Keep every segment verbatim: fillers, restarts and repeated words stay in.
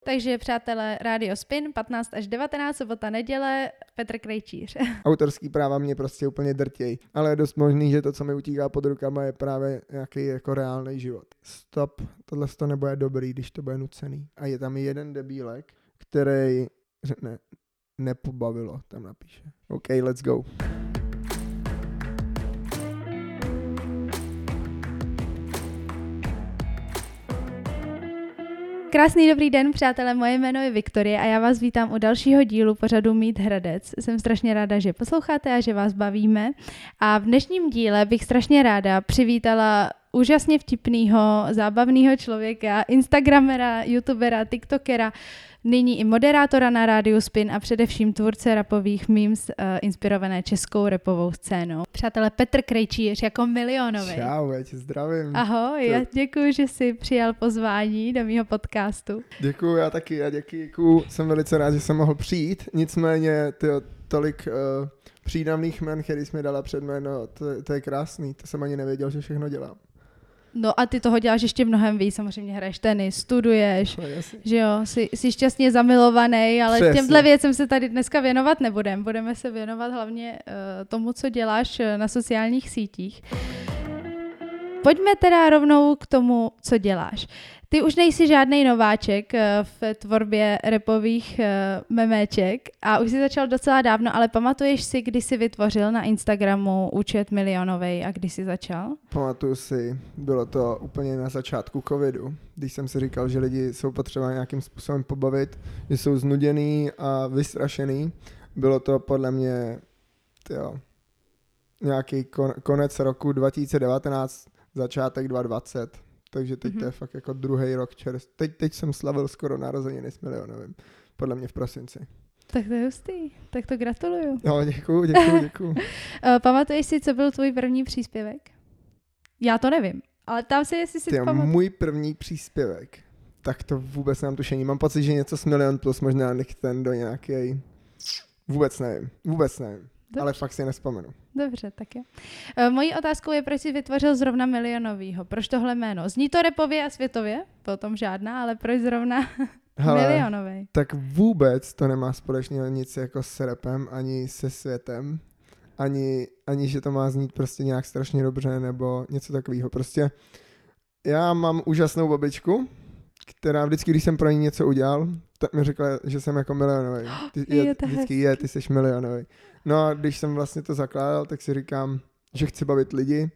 Takže přátelé, Radio Spin, patnáct až devatenáct, sobota, neděle, Petr Krejčíř. Autorský práva mě prostě úplně drtěj, ale je dost možný, že to, co mi utíká pod rukama, je právě nějaký jako reálný život. Stop, tohle to nebude dobrý, když to bude nucený. A je tam jeden debílek, který řekne, nepobavilo, tam napíše. OK, let's go. Krásný dobrý den, přátelé, moje jméno je Viktorie a já vás vítám u dalšího dílu pořadu Mít Hradec. Jsem strašně ráda, že posloucháte a že vás bavíme. A v dnešním díle bych strašně ráda přivítala úžasně vtipného, zábavného člověka, instagramera, youtubera, tiktokera, nyní i moderátora na Rádiu Spin a především tvůrce rapových memes uh, inspirované českou rapovou scénou. Přátelé, Petr Krejčíř jako milionový. Čau, já tě zdravím. Ahoj, já děkuji, že jsi přijal pozvání do mýho podcastu. Děkuju, já taky, já děkuju. Jsem velice rád, že jsem mohl přijít, nicméně tyjo, tolik uh, přídavných jmen, který jsi mi dala před jméno, to, to je krásný, to jsem ani nevěděl, že všechno dělám. No a ty toho děláš ještě mnohem víc, samozřejmě hraješ tenis, studuješ, no, že jo, jsi, jsi šťastně zamilovaný, ale Přesně. těmhle věcem se tady dneska věnovat nebudeme. Budeme se věnovat hlavně uh, tomu, co děláš na sociálních sítích. Pojďme teda rovnou k tomu, co děláš. Ty už nejsi žádnej nováček v tvorbě rapových meméček a už jsi začal docela dávno, ale pamatuješ si, kdy jsi vytvořil na Instagramu účet milionovej a kdy jsi začal? Pamatuju si, bylo to úplně na začátku covidu, když jsem si říkal, že lidi jsou potřeba nějakým způsobem pobavit, že jsou znuděný a vystrašený. Bylo to podle mě tyjo, nějaký kon, konec roku dva tisíce devatenáct, začátek dva tisíce dvacet. Takže teď mm-hmm. to je fakt jako druhý rok čerst. Teď, teď jsem slavil skoro narozeniny s milionovým. Podle mě v prosinci. Tak to je hustý. Tak to gratuluju. No, děkuju, děkuju, děkuju. Pamatuješ si, co byl tvůj první příspěvek? Já to nevím, ale ptám se, jestli si Ty, to pamatuješ. Můj první příspěvek, tak to vůbec nemám tušení. Mám pocit, že něco s Milion Plus, možná nech ten do nějaký. Vůbec nevím, vůbec nevím. Dobře. Ale fakt si nespomenu. Dobře, tak jo. Mojí otázkou je, proč jsi vytvořil zrovna milionovýho? Proč tohle jméno? Zní to rapově a světově, potom žádná, ale proč zrovna milionový? Tak vůbec to nemá společného nic jako s rapem, ani se světem, ani, ani že to má znít prostě nějak strašně dobře, nebo něco takového. Prostě já mám úžasnou babičku, která vždycky, když jsem pro ní něco udělal, tak mi řekla, že jsem jako milionový. Ty, je, je vždycky je, ty jsi milionový. No a když jsem vlastně to zakládal, tak si říkám, že chci bavit lidi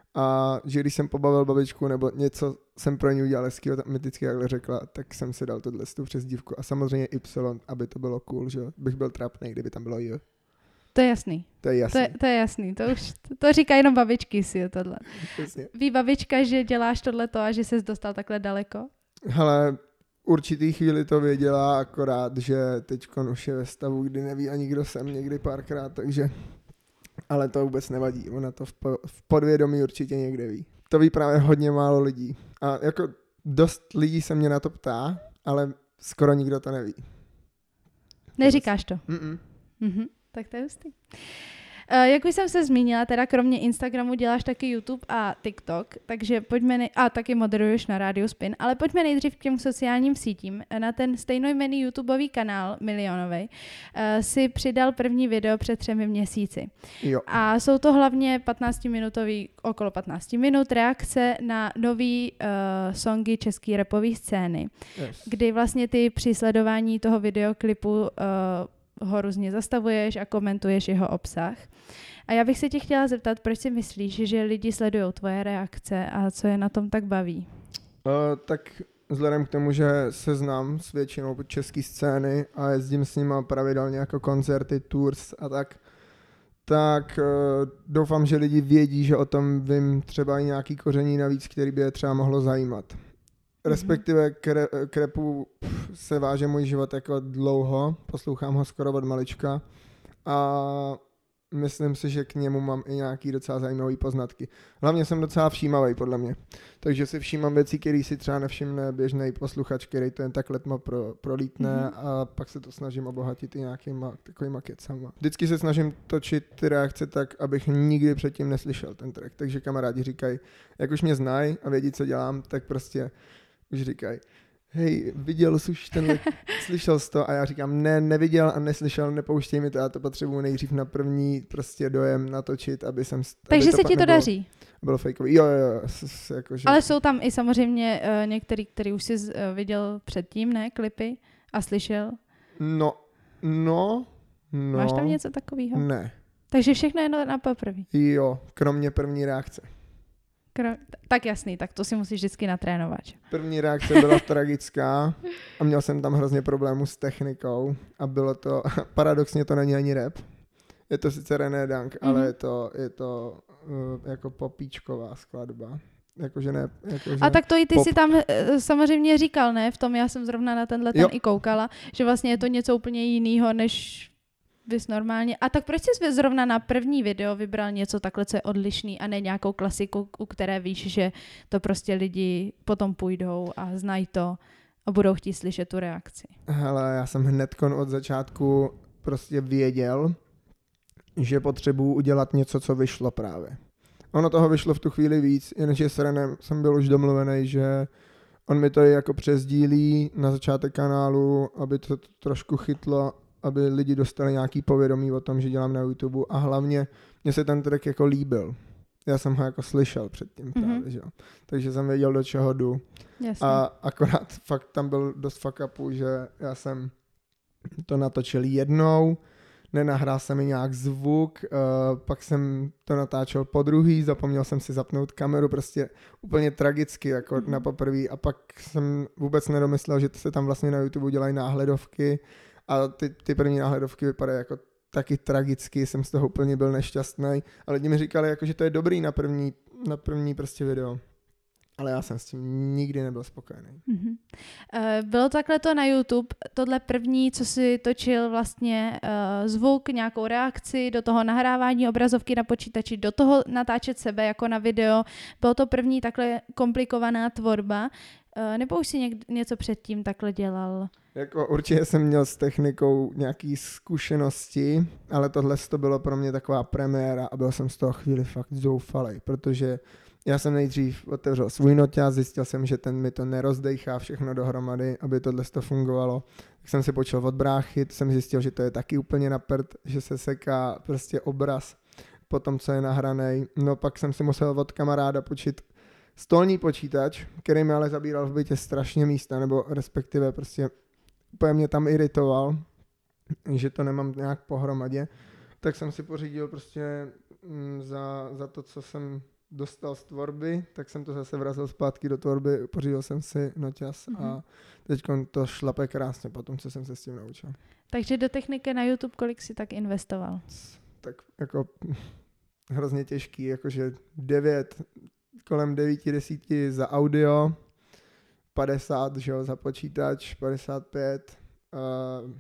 a že když jsem pobavil babičku nebo něco jsem pro ní udělal hezkýho, tak mi vždycky takhle řekla, tak jsem si dal tohle tu přezdívku a samozřejmě Y, aby to bylo cool, že bych byl trapnej, kdyby tam bylo J. To je jasný. To je jasný. To je, to je jasný, to už to, to říká jenom babičky si tohle. Jasně. Ví babička, že děláš tohleto a že ses dostal takhle daleko? Hele, určitý chvíli to věděla, akorát, že teďkon už je ve stavu, kdy neví ani kdo jsem někdy párkrát, takže, ale to vůbec nevadí, ona to v, po, v podvědomí určitě někde ví. To ví právě hodně málo lidí a jako dost lidí se mě na to ptá, ale skoro nikdo to neví. Neříkáš to? Mm-mm. Mhm, tak to je hustý. Uh, jak už jsem se zmínila, teda kromě Instagramu děláš taky YouTube a TikTok, takže pojďme, nej- a taky moderuješ na Rádiu Spin, ale pojďme nejdřív k těm sociálním sítím. Na ten stejnojmenný YouTubeový kanál milionovej uh, si přidal první video před třemi měsíci. Jo. A jsou to hlavně patnáctiminutový, okolo patnáct minut reakce na nový uh, songy české rapové scény, Yes. kdy vlastně ty při sledování toho videoklipu uh, ho různě zastavuješ a komentuješ jeho obsah. A já bych se tě chtěla zeptat, proč si myslíš, že lidi sledují tvoje reakce a co je na tom tak baví? Uh, tak vzhledem k tomu, že se znám s většinou české scény a jezdím s nima pravidelně jako koncerty, tours a tak, tak uh, doufám, že lidi vědí, že o tom vím třeba i nějaký koření navíc, který by je třeba mohlo zajímat. Respektive k, re, k rapu se váže můj život jako dlouho, poslouchám ho skoro od malička a myslím si, že k němu mám i nějaký docela zajímavý poznatky. Hlavně jsem docela všímavý podle mě, takže si všímám věci, které si třeba nevšimne běžný posluchač, který to jen tak letmo pro, prolítne mm-hmm. a pak se to snažím obohatit i nějakýma takovýma kecama. Vždycky se snažím točit ty reakce tak, abych nikdy předtím neslyšel ten track, takže kamarádi říkají, jak už mě znají a vědí, co dělám, tak prostě už říkají, hej, viděl jsi už tenhle, slyšel jsi to? A já říkám, ne, neviděl a neslyšel, nepouštěj mi to, já to potřebuji nejdřív na první prostě dojem natočit, aby jsem... Takže aby se to ti to nebylo, daří? Bylo fakeový, jo, jo, jo. S, s, jakože... Ale jsou tam i samozřejmě uh, některý, který už jsi uh, viděl předtím, ne, klipy a slyšel? No, no, no. Máš tam něco takového? Ne. Takže všechno je na poprvé? Jo, kromě první reakce. Kro... Tak jasný, tak to si musíš vždycky natrénovat. První reakce byla tragická a měl jsem tam hrozně problémů s technikou a bylo to, paradoxně to není ani rap. Je to sice René Dank, mm-hmm. ale je to, je to uh, jako popíčková skladba. Jakože ne, jakože a tak to i ty pop. si tam uh, samozřejmě říkal, ne? V tom já jsem zrovna na tenhle ten i koukala, že vlastně je to něco úplně jiného, než bys normálně. A tak proč jsi zrovna na první video vybral něco takhle, co je odlišný a ne nějakou klasiku, u které víš, že to prostě lidi potom půjdou a znají to a budou chtít slyšet tu reakci? Hele, já jsem hnedkon od začátku prostě věděl, že potřebuju udělat něco, co vyšlo právě. Ono toho vyšlo v tu chvíli víc, jenže s Renem jsem byl už domluvený, že on mi to jako přesdílí na začátek kanálu, aby to trošku chytlo, aby lidi dostali nějaký povědomí o tom, že dělám na YouTube a hlavně mně se ten track jako líbil. Já jsem ho jako slyšel předtím právě, mm-hmm. že jo. Takže jsem věděl, do čeho jdu. Jasně. A akorát fakt tam byl dost fuck upu, že já jsem to natočil jednou, nenahrál jsem mi nějak zvuk, uh, pak jsem to natáčel po druhý, zapomněl jsem si zapnout kameru, prostě úplně tragicky, jako mm-hmm. na poprvý. A pak jsem vůbec nedomyslel, že se tam vlastně na YouTube dělají náhledovky a ty, ty první náhledovky vypadají jako taky tragicky, jsem z toho úplně byl nešťastný. A lidi mi říkali, jako, že to je dobrý na první, na první prostě video. Ale já jsem s tím nikdy nebyl spokojený. Mm-hmm. Uh, bylo takhle to na YouTube, tohle první, co si točil vlastně uh, zvuk, nějakou reakci, do toho nahrávání obrazovky na počítači, do toho natáčet sebe jako na video. Bylo to první takhle komplikovaná tvorba, uh, nebo už si něk- něco předtím takhle dělal? Jako určitě jsem měl s technikou nějaký zkušenosti, ale tohle to bylo pro mě taková premiéra a byl jsem z toho chvíli fakt zoufalej, protože já jsem nejdřív otevřel svůj noťaz, zjistil jsem, že ten mi to nerozdejchá všechno dohromady, aby tohle to fungovalo. Tak jsem si počal od bráchy, jsem zjistil, že to je taky úplně na prd, že se seká prostě obraz po tom, co je nahranej. No pak jsem si musel od kamaráda počít stolní počítač, který mi ale zabíral v bytě strašně místa, nebo respektive prostě úplně mě tam iritoval, že to nemám nějak pohromadě. Tak jsem si pořídil prostě mm, za, za to, co jsem dostal z tvorby, tak jsem to zase vrazil zpátky do tvorby, pořídil jsem si noťaz mm-hmm. a teď to šlape krásně po tom, co jsem se s tím naučil. Takže do techniky na YouTube kolik si tak investoval? Tak jako hrozně těžký, jakože devět, kolem devět desíti za audio, padesát, že jo, za počítač, padesát pět, uh,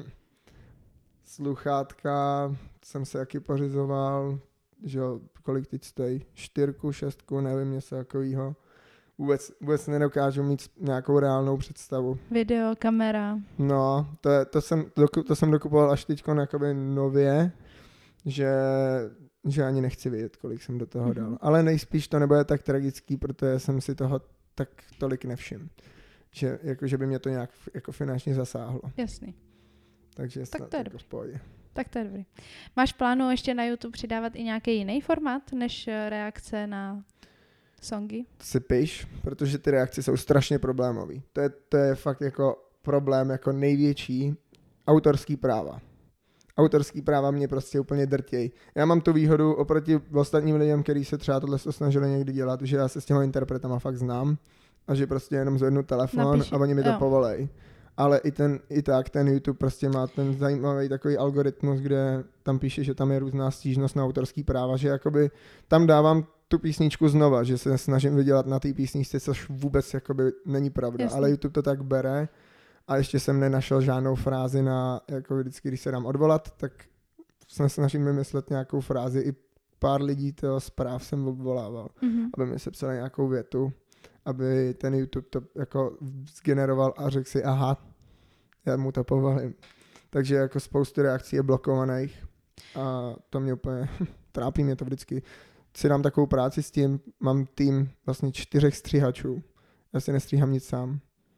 sluchátka jsem se jaký pořizoval, že jo, kolik teď stojí, čtyřku, šestku, nevím, něco takovýho. Vůbec, vůbec nedokážu mít nějakou reálnou představu. Video, kamera. No, to, je, to, jsem, to jsem dokupoval až teď jakoby nově, že, že ani nechci vědět, kolik jsem do toho dal. Mm-hmm. Ale nejspíš to nebude tak tragický, protože jsem si toho tak tolik nevšiml. Že, jako, že by mě to nějak jako finančně zasáhlo. Jasný. Takže tak snad to je jako v pohodě. Tak to je dobrý. Máš plánu ještě na YouTube přidávat i nějaký jiný formát, než reakce na songy? Si piš, protože ty reakce jsou strašně problémový. To je, to je fakt jako problém jako největší. Autorský práva. Autorský práva mě prostě úplně drtěj. Já mám tu výhodu oproti ostatním lidem, kteří se třeba tohle snažili někdy dělat, že já se s těma interpretama fakt znám a že prostě jenom zvednu telefon Napíši. a oni mi to jo. povolej. Ale i, ten, i tak ten YouTube prostě má ten zajímavý takový algoritmus, kde tam píše, že tam je různá stížnost na autorský práva, že jakoby tam dávám tu písničku znova, že se snažím vydělat na té písničce, což vůbec jakoby není pravda. Jasně. Ale YouTube to tak bere a ještě jsem nenašel žádnou frázi na, jako vždycky, když se dám odvolat, tak se snažím vymyslet nějakou frázi. I pár lidí toho zpráv jsem obvolával, mm-hmm. aby mi sepsali nějakou větu, aby ten YouTube to jako zgeneroval a řekl si, aha, já mu to povolím. Takže jako spoustu reakcí je blokovaných a to mě úplně trápí, mě to vždycky. Si dám takovou práci s tím, mám tým vlastně čtyřech stříhačů. Já si nestříhám nic sám.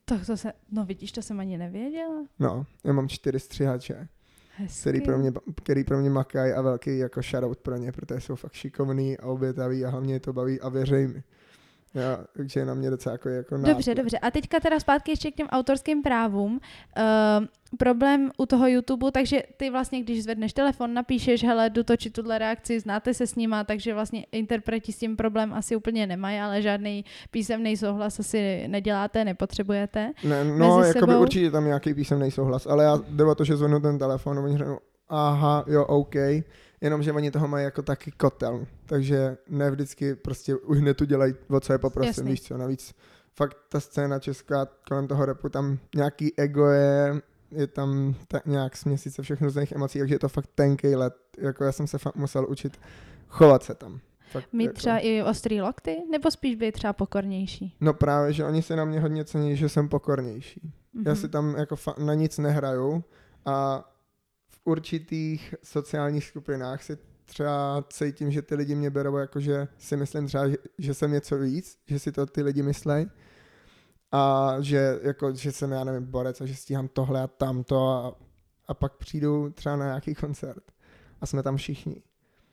Tak to se, no vidíš, to jsem ani nevěděla. No, já mám čtyři střihače, Hezky. který pro mě, který pro mě makají a velký jako shoutout pro ně, protože jsou fakt šikovný a obětaví a hlavně je to baví a věřej mi. Já, takže je na mě docela jako, jako Dobře, nátlak. dobře. A teďka teda zpátky ještě k těm autorským právům. Uh, problém u toho YouTube, takže ty vlastně, když zvedneš telefon, napíšeš, hele, jdu točit tuhle reakci, znáte se s nima, takže vlastně interpreti s tím problém asi úplně nemají, ale žádný písemný souhlas asi neděláte, nepotřebujete. Ne, no, jako by sebou. určitě tam nějaký písemný souhlas, ale já jde o to, že zvednu ten telefon a oni řeknou, aha, jo, OK, jenomže oni toho mají jako taky kotel, takže ne vždycky prostě už hned tu dělají, o co je poprosím, Jasný. víš co, navíc fakt ta scéna česká kolem toho rapu, tam nějaký ego je, je tam tak nějak směsice všechno z těch emocí, takže je to fakt tenkej let, jako já jsem se fakt musel učit chovat se tam. Fakt, Mít jako. třeba i ostrý lokty, nebo spíš být třeba pokornější? No právě, že oni se na mě hodně cení, že jsem pokornější. Mhm. Já si tam jako fa- na nic nehraju a v určitých sociálních skupinách si třeba cítím, že ty lidi mě berou jako, že si myslím třeba, že, že jsem něco víc, že si to ty lidi myslej a že, jako, že jsem, já nevím, borec a že stíhám tohle a tamto a, a pak přijdu třeba na nějaký koncert a jsme tam všichni.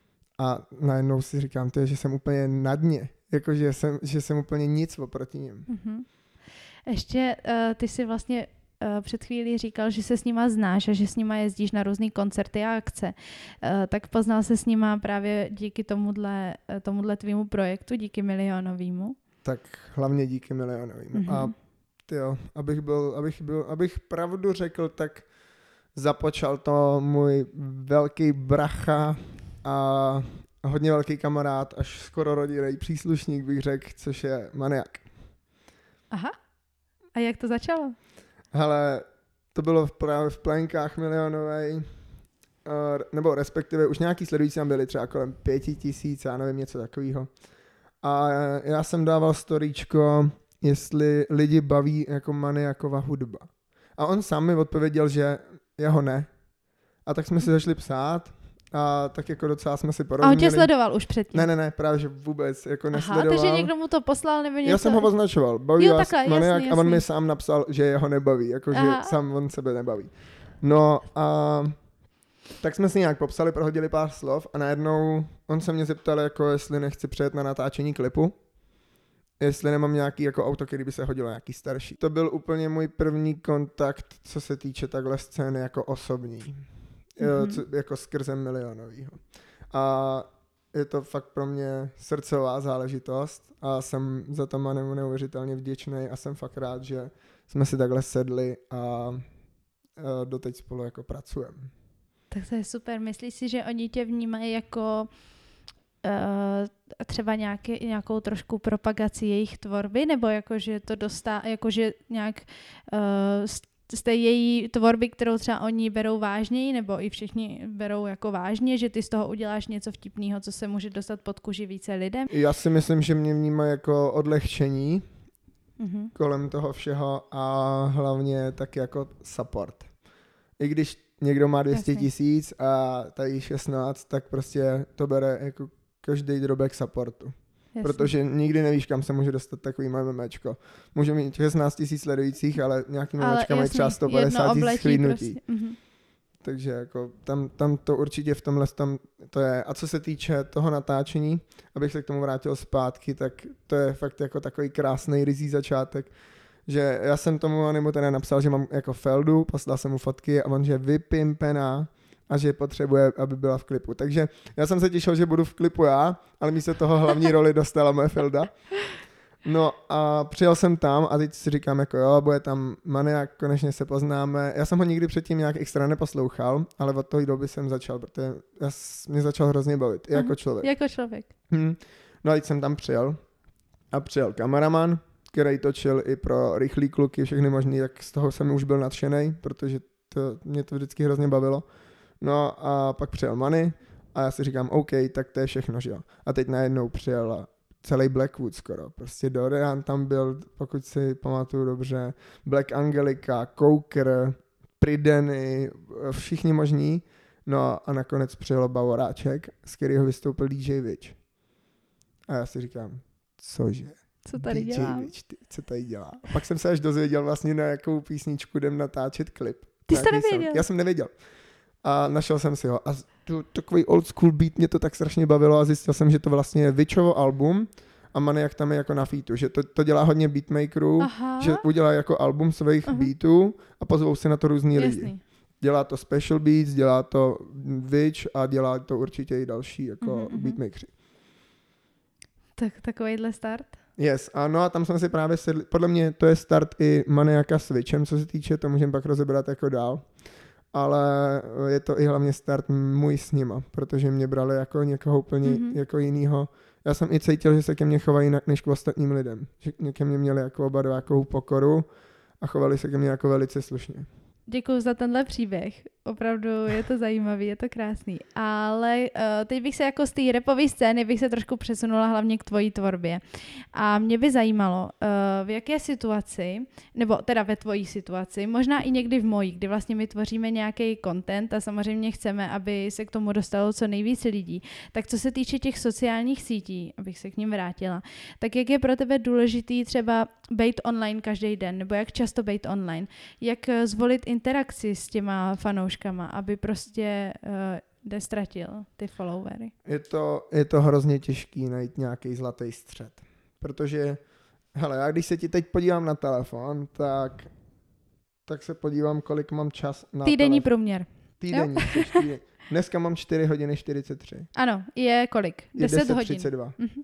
A najednou si říkám, tyjo, že jsem úplně na dně, jako, že jsem, že jsem úplně nic oproti nim. Mhm. Ještě uh, ty si vlastně uh, před chvílí říkal, že se s nima znáš a že s nima jezdíš na různý koncerty a akce. Uh, tak poznal se s nima právě díky tomuhle, uh, tomuhle tvýmu projektu, díky Milionovýmu. Tak hlavně díky Milionovým. Mm-hmm. A tyjo, abych byl, abych byl, abych pravdu řekl, tak započal to můj velký bracha a hodně velký kamarád, až skoro rodinný příslušník bych řekl, což je Maniak. Aha. A jak to začalo? Hele, to bylo právě v plenkách Milionovej, nebo respektive už nějaký sledující tam byli třeba kolem pěti tisíc, já nevím, něco takového. A já jsem dával storíčko, jestli lidi baví jako Maniakova hudba. A on sám mi odpověděl, že jeho ne. A tak jsme si začali psát a tak jako docela jsme si porozuměli. A on tě sledoval už předtím? Ne, ne, ne, právě že vůbec jako Aha, nesledoval. takže někdo mu to poslal nebo něco? Já jsem ho označoval, baví Jo, vás takhle, Maniak jasný, a on jasný. mi sám napsal, že jeho nebaví, jakože sám on sebe nebaví. No a tak jsme si nějak popsali, prohodili pár slov a najednou on se mě zeptal, jako jestli nechci přijet na natáčení klipu, jestli nemám nějaký jako auto, který by se hodilo nějaký starší. To byl úplně můj první kontakt, co se týče takhle scény jako osobní, mm-hmm. co, jako skrze Milionovýho. A je to fakt pro mě srdcová záležitost a jsem za to Manimu neuvěřitelně vděčný a jsem fakt rád, že jsme si takhle sedli a, a doteď spolu jako pracujeme. Tak to je super. Myslíš si, že oni tě vnímají jako uh, třeba nějaký, nějakou trošku propagaci jejich tvorby, nebo jako, že to dostá, jako, že nějak uh, z, z té její tvorby, kterou třeba oni berou vážněji, nebo i všichni berou jako vážně, že ty z toho uděláš něco vtipného, co se může dostat pod kůži více lidem? Já si myslím, že mě vnímá jako odlehčení Mm-hmm. kolem toho všeho a hlavně taky jako support. I když někdo má dvě stě tisíc a tady šestnáct, tak prostě to bere jako každý drobek supportu. Jasně. Protože nikdy nevíš, kam se může dostat takový memečko. Může mít šestnáct tisíc sledujících, ale nějaký memečka mají třeba sto padesát tisíc chlídnutí. Prostě. Mm-hmm. Takže jako tam, tam to určitě v tomhle tam to je. A co se týče toho natáčení, abych se k tomu vrátil zpátky, tak to je fakt jako takový krásný rizí začátek, že já jsem tomu Manimu teda napsal, že mám jako feldu, poslal jsem mu fotky a on, že vypimpená a že potřebuje, aby byla v klipu. Takže já jsem se těšil, že budu v klipu já, ale místo toho hlavní roli dostala moje felda. No a přijel jsem tam a teď si říkám, jako jo, bude tam Maniak, konečně se poznáme. Já jsem ho nikdy předtím nějak extra neposlouchal, ale od té doby jsem začal, protože já mě začal hrozně bavit, i jako člověk. Jako člověk. Hmm. No a teď jsem tam přijel a přijel kameraman, který točil i pro rychlý kluky, všechny možný, tak z toho jsem už byl nadšenej, protože to, mě to vždycky hrozně bavilo. No a pak přijel Mani a já si říkám, OK, tak to je všechno, že jo. A teď najednou přijel celý Blackwood skoro, prostě Dorian tam byl, pokud si pamatuju dobře, Black Angelica, Coker, Prideny, všichni možní. No a nakonec přijel Bavoráček, z kterého vystoupil D J Witch. A já si říkám, cože? co tady D J dělám. Witch, ty, co tady dělá. A pak jsem se až dozvěděl vlastně, na jakou písničku jdem natáčet klip. Ty jsi to nevěděl? Song. Já jsem nevěděl. A našel jsem si ho. A to, takový old school beat mě to tak strašně bavilo a zjistil jsem, že to vlastně je Witchovo album a Maniak tam je jako na featu, že to, to dělá hodně beatmakerů, Aha. že udělá jako album svých uh-huh. beatů a pozvou se na to různý Jasný. lidi. Dělá to Special Beats, dělá to Witch a dělá to určitě i další jako uh-huh. beatmakeri. Tak takovejhle start? Yes, a no a tam jsme si právě sedli, podle mě to je start i Maniaka s Witchem, co se týče, to můžeme pak rozebrat jako dál. Ale je to i hlavně start můj s nima, protože mě brali jako někoho úplně mm-hmm. jako jinýho. Já jsem i cítil, že se ke mně chovají jinak než k ostatním lidem. Že ke mně měli jako oba nějakou pokoru a chovali se ke mně jako velice slušně. Děkuji za tenhle příběh. Opravdu je to zajímavý, je to krásný. Ale uh, teď bych se jako z té rapové scény bych se trošku přesunula hlavně k tvojí tvorbě. A mě by zajímalo, uh, v jaké situaci, nebo teda ve tvojí situaci, možná i někdy v mojí, kdy vlastně my tvoříme nějaký content a samozřejmě chceme, aby se k tomu dostalo co nejvíc lidí. Tak co se týče těch sociálních sítí, abych se k ním vrátila, tak jak je pro tebe důležitý třeba být online každý den, nebo jak často být online? Jak zvolit interakci s těma fanouškama, aby prostě uh, nestratil ty followery? Je to, je to hrozně těžký najít nějaký zlatý střed, protože hele, já když se ti teď podívám na telefon, tak, tak se podívám, kolik mám čas na Týdenní telefon. průměr. Týdenní. Týden. Dneska mám čtyři hodiny čtyřicet tři. Ano, je kolik? deset hodin. třicet dva. Mhm.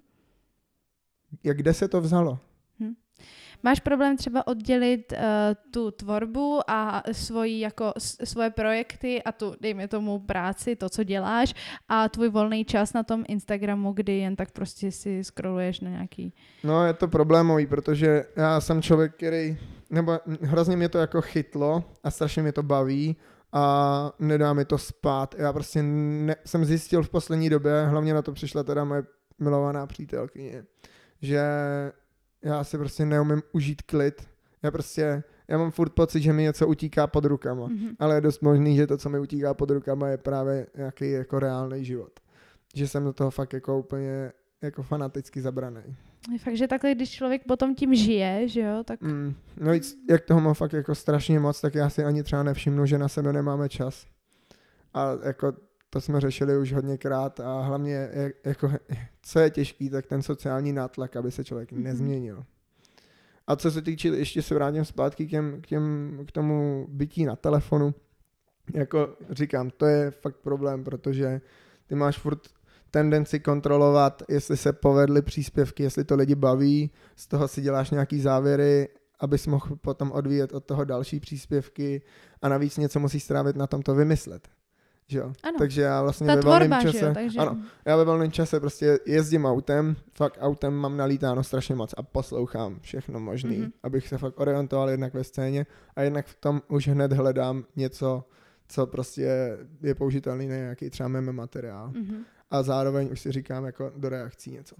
Jak kde se to vzalo? Hm. Máš problém třeba oddělit uh, tu tvorbu a svoji, jako, s, svoje projekty a tu, dejme tomu, práci, to, co děláš a tvůj volný čas na tom Instagramu, kdy jen tak prostě si scrolluješ na nějaký... No je to problémový, protože já jsem člověk, který, nebo hrozně mě to jako chytlo a strašně mě to baví a nedá mi to spát. Já prostě ne, jsem zjistil v poslední době, hlavně na to přišla teda moje milovaná přítelkyně, že já si prostě neumím užít klid. Já prostě, já mám furt pocit, že mi něco utíká pod rukama. Mm-hmm. Ale je dost možný, že to, co mi utíká pod rukama, je právě nějaký jako reálný život. Že jsem do toho fakt jako úplně jako fanaticky zabraný. Je fakt, že takhle, když člověk potom tím žije, že jo, tak... Mm, no víc, jak toho mám fakt jako strašně moc, tak já si ani třeba nevšimnu, že na sebe nemáme čas. A jako to jsme řešili už hodněkrát a hlavně jako, co je těžký, tak ten sociální nátlak, aby se člověk mm-hmm. nezměnil. A co se týče, ještě se vrátím zpátky k, těm, k, těm, k tomu bytí na telefonu, jako říkám, to je fakt problém, protože ty máš furt tendenci kontrolovat, jestli se povedly příspěvky, jestli to lidi baví, z toho si děláš nějaký závěry, abys mohl potom odvíjet od toho další příspěvky a navíc něco musíš strávit na tom to vymyslet. Že jo? Takže já vlastně ta ve volném tvorba, čase, že jo? Takže... ano, já ve volném čase prostě jezdím autem, fakt autem mám nalítáno strašně moc a poslouchám všechno možný, mm-hmm. abych se fakt orientoval jednak ve scéně a jednak v tom už hned hledám něco, co prostě je použitelný na nějaký třeba meme materiál. Mm-hmm. A zároveň už si říkám jako do reakcí něco.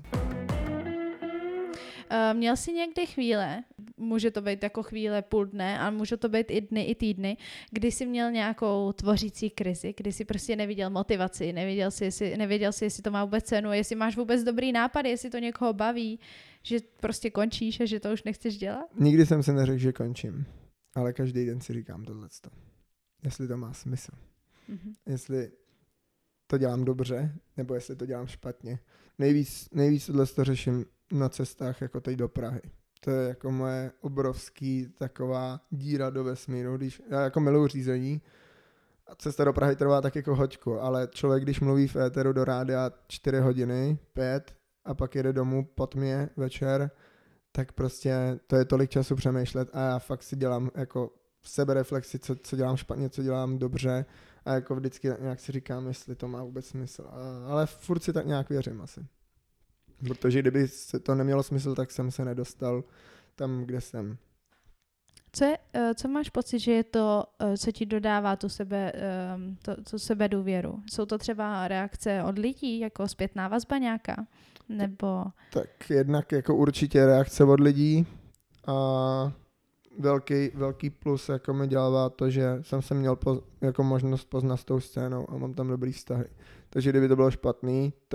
Uh, měl jsi někdy chvíle, může to být jako chvíle půl dne, ale může to být i dny, i týdny, kdy jsi měl nějakou tvořící krizi, kdy jsi prostě neviděl motivaci, nevěděl jsi, jestli, nevěděl jsi, jestli to má vůbec cenu, jestli máš vůbec dobrý nápad, jestli to někoho baví, že prostě končíš a že to už nechceš dělat? Nikdy jsem si neřekl, že končím, ale každý den si říkám tohleto. Jestli to má smysl. Mm-hmm. Jestli to dělám dobře, nebo jestli to dělám špatně. Nejvíc, nejvíc tohle to řeším na cestách jako teď do Prahy. To je jako moje obrovský taková díra do vesmíru, když já jako miluji řízení a cesta do Prahy trvá tak jako hoďku, ale člověk, když mluví v éteru do rádia čtyři hodiny, pět a pak jede domů po tmě večer, tak prostě to je tolik času přemýšlet a já fakt si dělám jako sebereflexi, co, co dělám špatně, co dělám dobře a jako vždycky nějak si říkám, jestli to má vůbec smysl. A, ale furt si tak nějak věřím asi. Protože kdyby se to nemělo smysl, tak jsem se nedostal tam, kde jsem. Co, je, co máš pocit, že je to, co ti dodává tu sebe, to, tu sebe důvěru? Jsou to třeba reakce od lidí, jako zpětná vazba nějaká? Nebo... Tak jednak jako určitě reakce od lidí a velký, velký plus jako mi dělává to, že jsem se měl po, jako možnost poznat s tou scénou a mám tam dobrý vztahy. Takže kdyby to bylo špatný, tak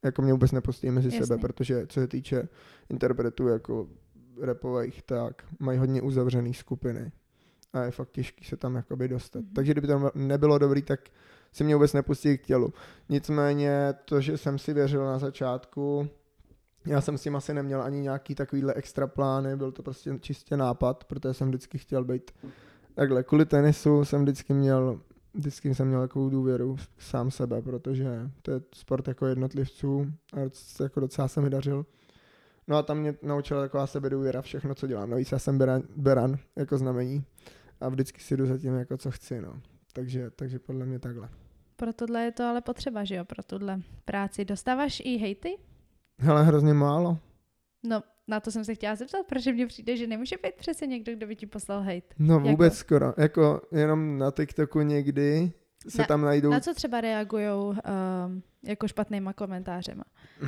Jako mě vůbec nepustí mezi Jasně. sebe, protože co se týče interpretů jako rapových, tak mají hodně uzavřený skupiny. A je fakt těžký se tam jakoby dostat. Mm-hmm. Takže kdyby to nebylo dobrý, tak si mě vůbec nepustí k tělu. Nicméně to, že jsem si věřil na začátku, já jsem s tím asi neměl ani nějaký takovýhle extra plány, byl to prostě čistě nápad, protože jsem vždycky chtěl být takhle. Kvůli tenisu jsem vždycky měl, vždycky jsem měl takovou důvěru sám sebe, protože to je sport jako jednotlivců a jako docela se mi dařil. No a tam mě naučila taková sebedůvěra všechno, co dělám. Navíc já jsem beran, beran jako znamení a vždycky si jdu za tím, jako co chci, no. Takže, takže podle mě takhle. Pro tohle je to ale potřeba, že jo, pro tuhle práci. Dostáváš i hejty? Hele, hrozně málo. No, na to jsem se chtěla zeptat, protože mně přijde, že nemůže být přece někdo, kdo by ti poslal hejt. No vůbec jako? skoro. Jako jenom na TikToku někdy se na, tam najdou... Na co třeba reagujou um, jako špatnýma komentářema?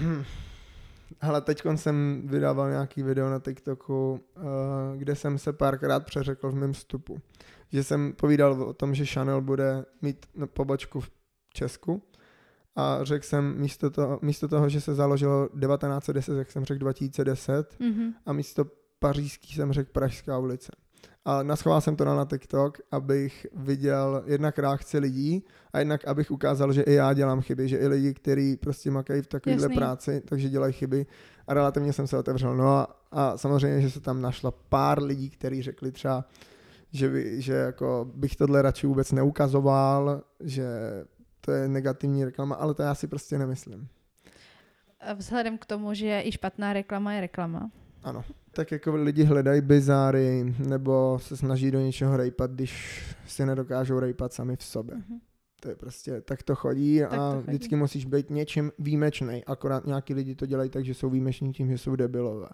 Hele, teď jsem vydával nějaký video na TikToku, uh, kde jsem se párkrát přeřekl v mém vstupu. Že jsem povídal o tom, že Chanel bude mít pobočku v Česku a řekl jsem místo toho, místo toho, že se založilo devatenáct set deset, jak jsem řekl dva tisíce deset mm-hmm. a místo pařížský jsem řekl Pražská ulice. A naschoval jsem to na TikTok, abych viděl jednak reakce lidí a jednak abych ukázal, že i já dělám chyby, že i lidi, kteří prostě makají v takovéhle práci, takže dělají chyby a relativně jsem se otevřel. No a, a samozřejmě, že se tam našlo pár lidí, kteří řekli třeba, že, by, že jako bych tohle radši vůbec neukazoval, že to je negativní reklama, ale to já si prostě nemyslím. A vzhledem k tomu, že i špatná reklama je reklama. Ano. Tak jako lidi hledají bizáry nebo se snaží do něčeho rejpat, když si nedokážou rejpat sami v sobě. Mm-hmm. To je prostě, tak to chodí tak a to chodí. Vždycky musíš být něčím výjimečnej. Akorát nějaký lidi to dělají tak, že jsou výjimeční tím, že jsou debilové.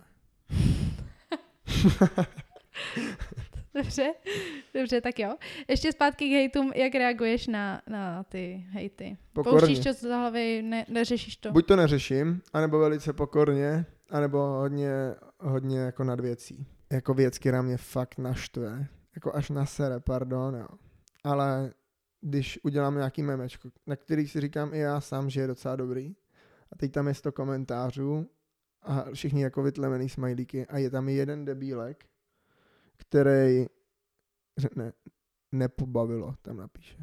Dobře, dobře, tak jo. Ještě zpátky k hejtům, jak reaguješ na, na ty hejty? Pokorně. Pouštíš to z hlavy, ne, neřešíš to? Buď to neřeším, anebo velice pokorně, anebo hodně, hodně jako nad věcí. Jako věc, která mě fakt naštve. Jako až na sere, pardon, jo. Ale když udělám nějaký memečko, na který si říkám i já sám, že je docela dobrý, a teď tam je sto komentářů a všichni jako vytlemený smajlíky a je tam jeden debílek, který řekne, nepobavilo, tam napíše.